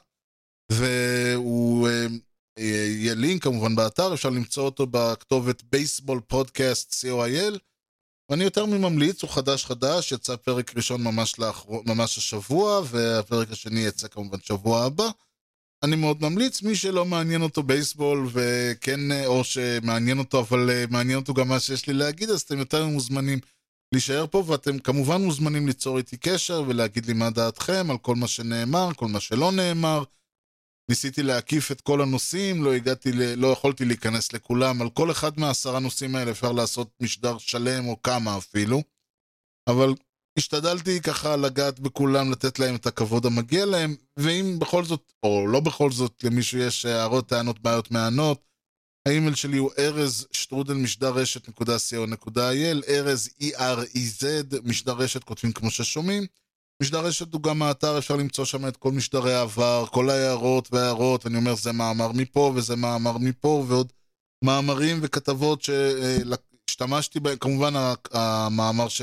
והוא יהיה לינק כמובן באתר, אפשר למצוא אותו בכתובת בייסבול פודקאסט סי או איי אל, ואני יותר מממליץ, הוא חדש חדש, יצא פרק ראשון ממש, לאחר... ממש השבוע, והפרק השני יצא כמובן שבוע הבא. אני מאוד ממליץ, מי שלא מעניין אותו בייסבול, וכן, או שמעניין אותו, אבל מעניין אותו גם מה שיש לי להגיד, אז אתם יותר מוזמנים להישאר פה, ואתם כמובן מוזמנים ליצור איתי קשר, ולהגיד לי מה דעתכם על כל מה שנאמר, כל מה שלא נאמר. ניסיתי להקיף את כל הנושאים, לא הגעתי, לא יכולתי להיכנס לכולם, על כל אחד מהעשרה נושאים האלה אפשר לעשות משדר שלם או כמה אפילו, אבל השתדלתי ככה לגעת בכולם, לתת להם את הכבוד המגיע להם, ואם בכל זאת, או לא בכל זאת, למישהו יש הערות, טענות, בעיות, מענות, האימייל שלי הוא ארז שטרודל משדר רשת נקודה סי או נקודה איי אל, ארז אי אר אי זד, משדר רשת כותבים כמו ששומעים, משדר רשת הוא גם האתר, אפשר למצוא שם את כל משדרי העבר, כל ההערות וההערות, אני אומר זה מאמר מפה וזה מאמר מפה, ועוד מאמרים וכתבות שהשתמשתי בהם, כמובן המאמר ש...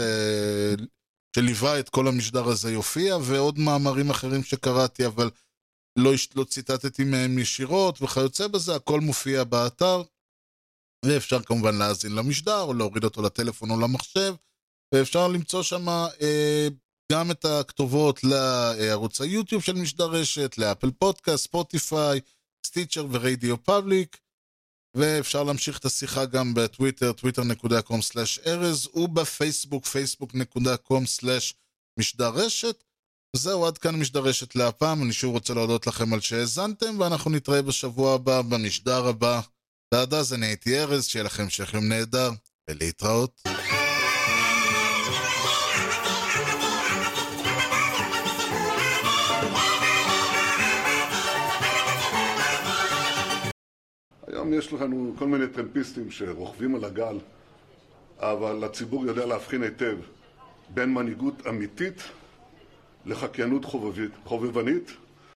שליווה את כל המשדר הזה יופיע, ועוד מאמרים אחרים שקראתי, אבל לא, לא ציטטתי מהם ישירות, וכיוצא בזה, הכל מופיע באתר, ואפשר כמובן להאזין למשדר, או להוריד אותו לטלפון או למחשב, ואפשר למצוא שם אה, גם את הכתובות לערוץ היוטיוב של משדר רשת, לאפל פודקאסט, ספוטיפיי, סטיצ'ר ורדיו פאבליק, ואפשר להמשיך את השיחה גם בטוויטר, טוויטר נקודה קום סלש ארז, ובפייסבוק, פייסבוק נקודה קום סלש משדר רשת. זהו, עד כאן משדר רשת להפעם. אני שוב רוצה להודות לכם על שהאזנתם, ואנחנו נתראה בשבוע הבא, במשדר הבא. ועד אז אני הייתי ארז, שיהיה לכם שכם נהדר, ולהתראות. היום יש לנו כל מיני טרמפיסטים שרוכבים על הגל, אבל הציבור יודע להבחין היטב בין מנהיגות אמיתית לחקיינות חובבנית,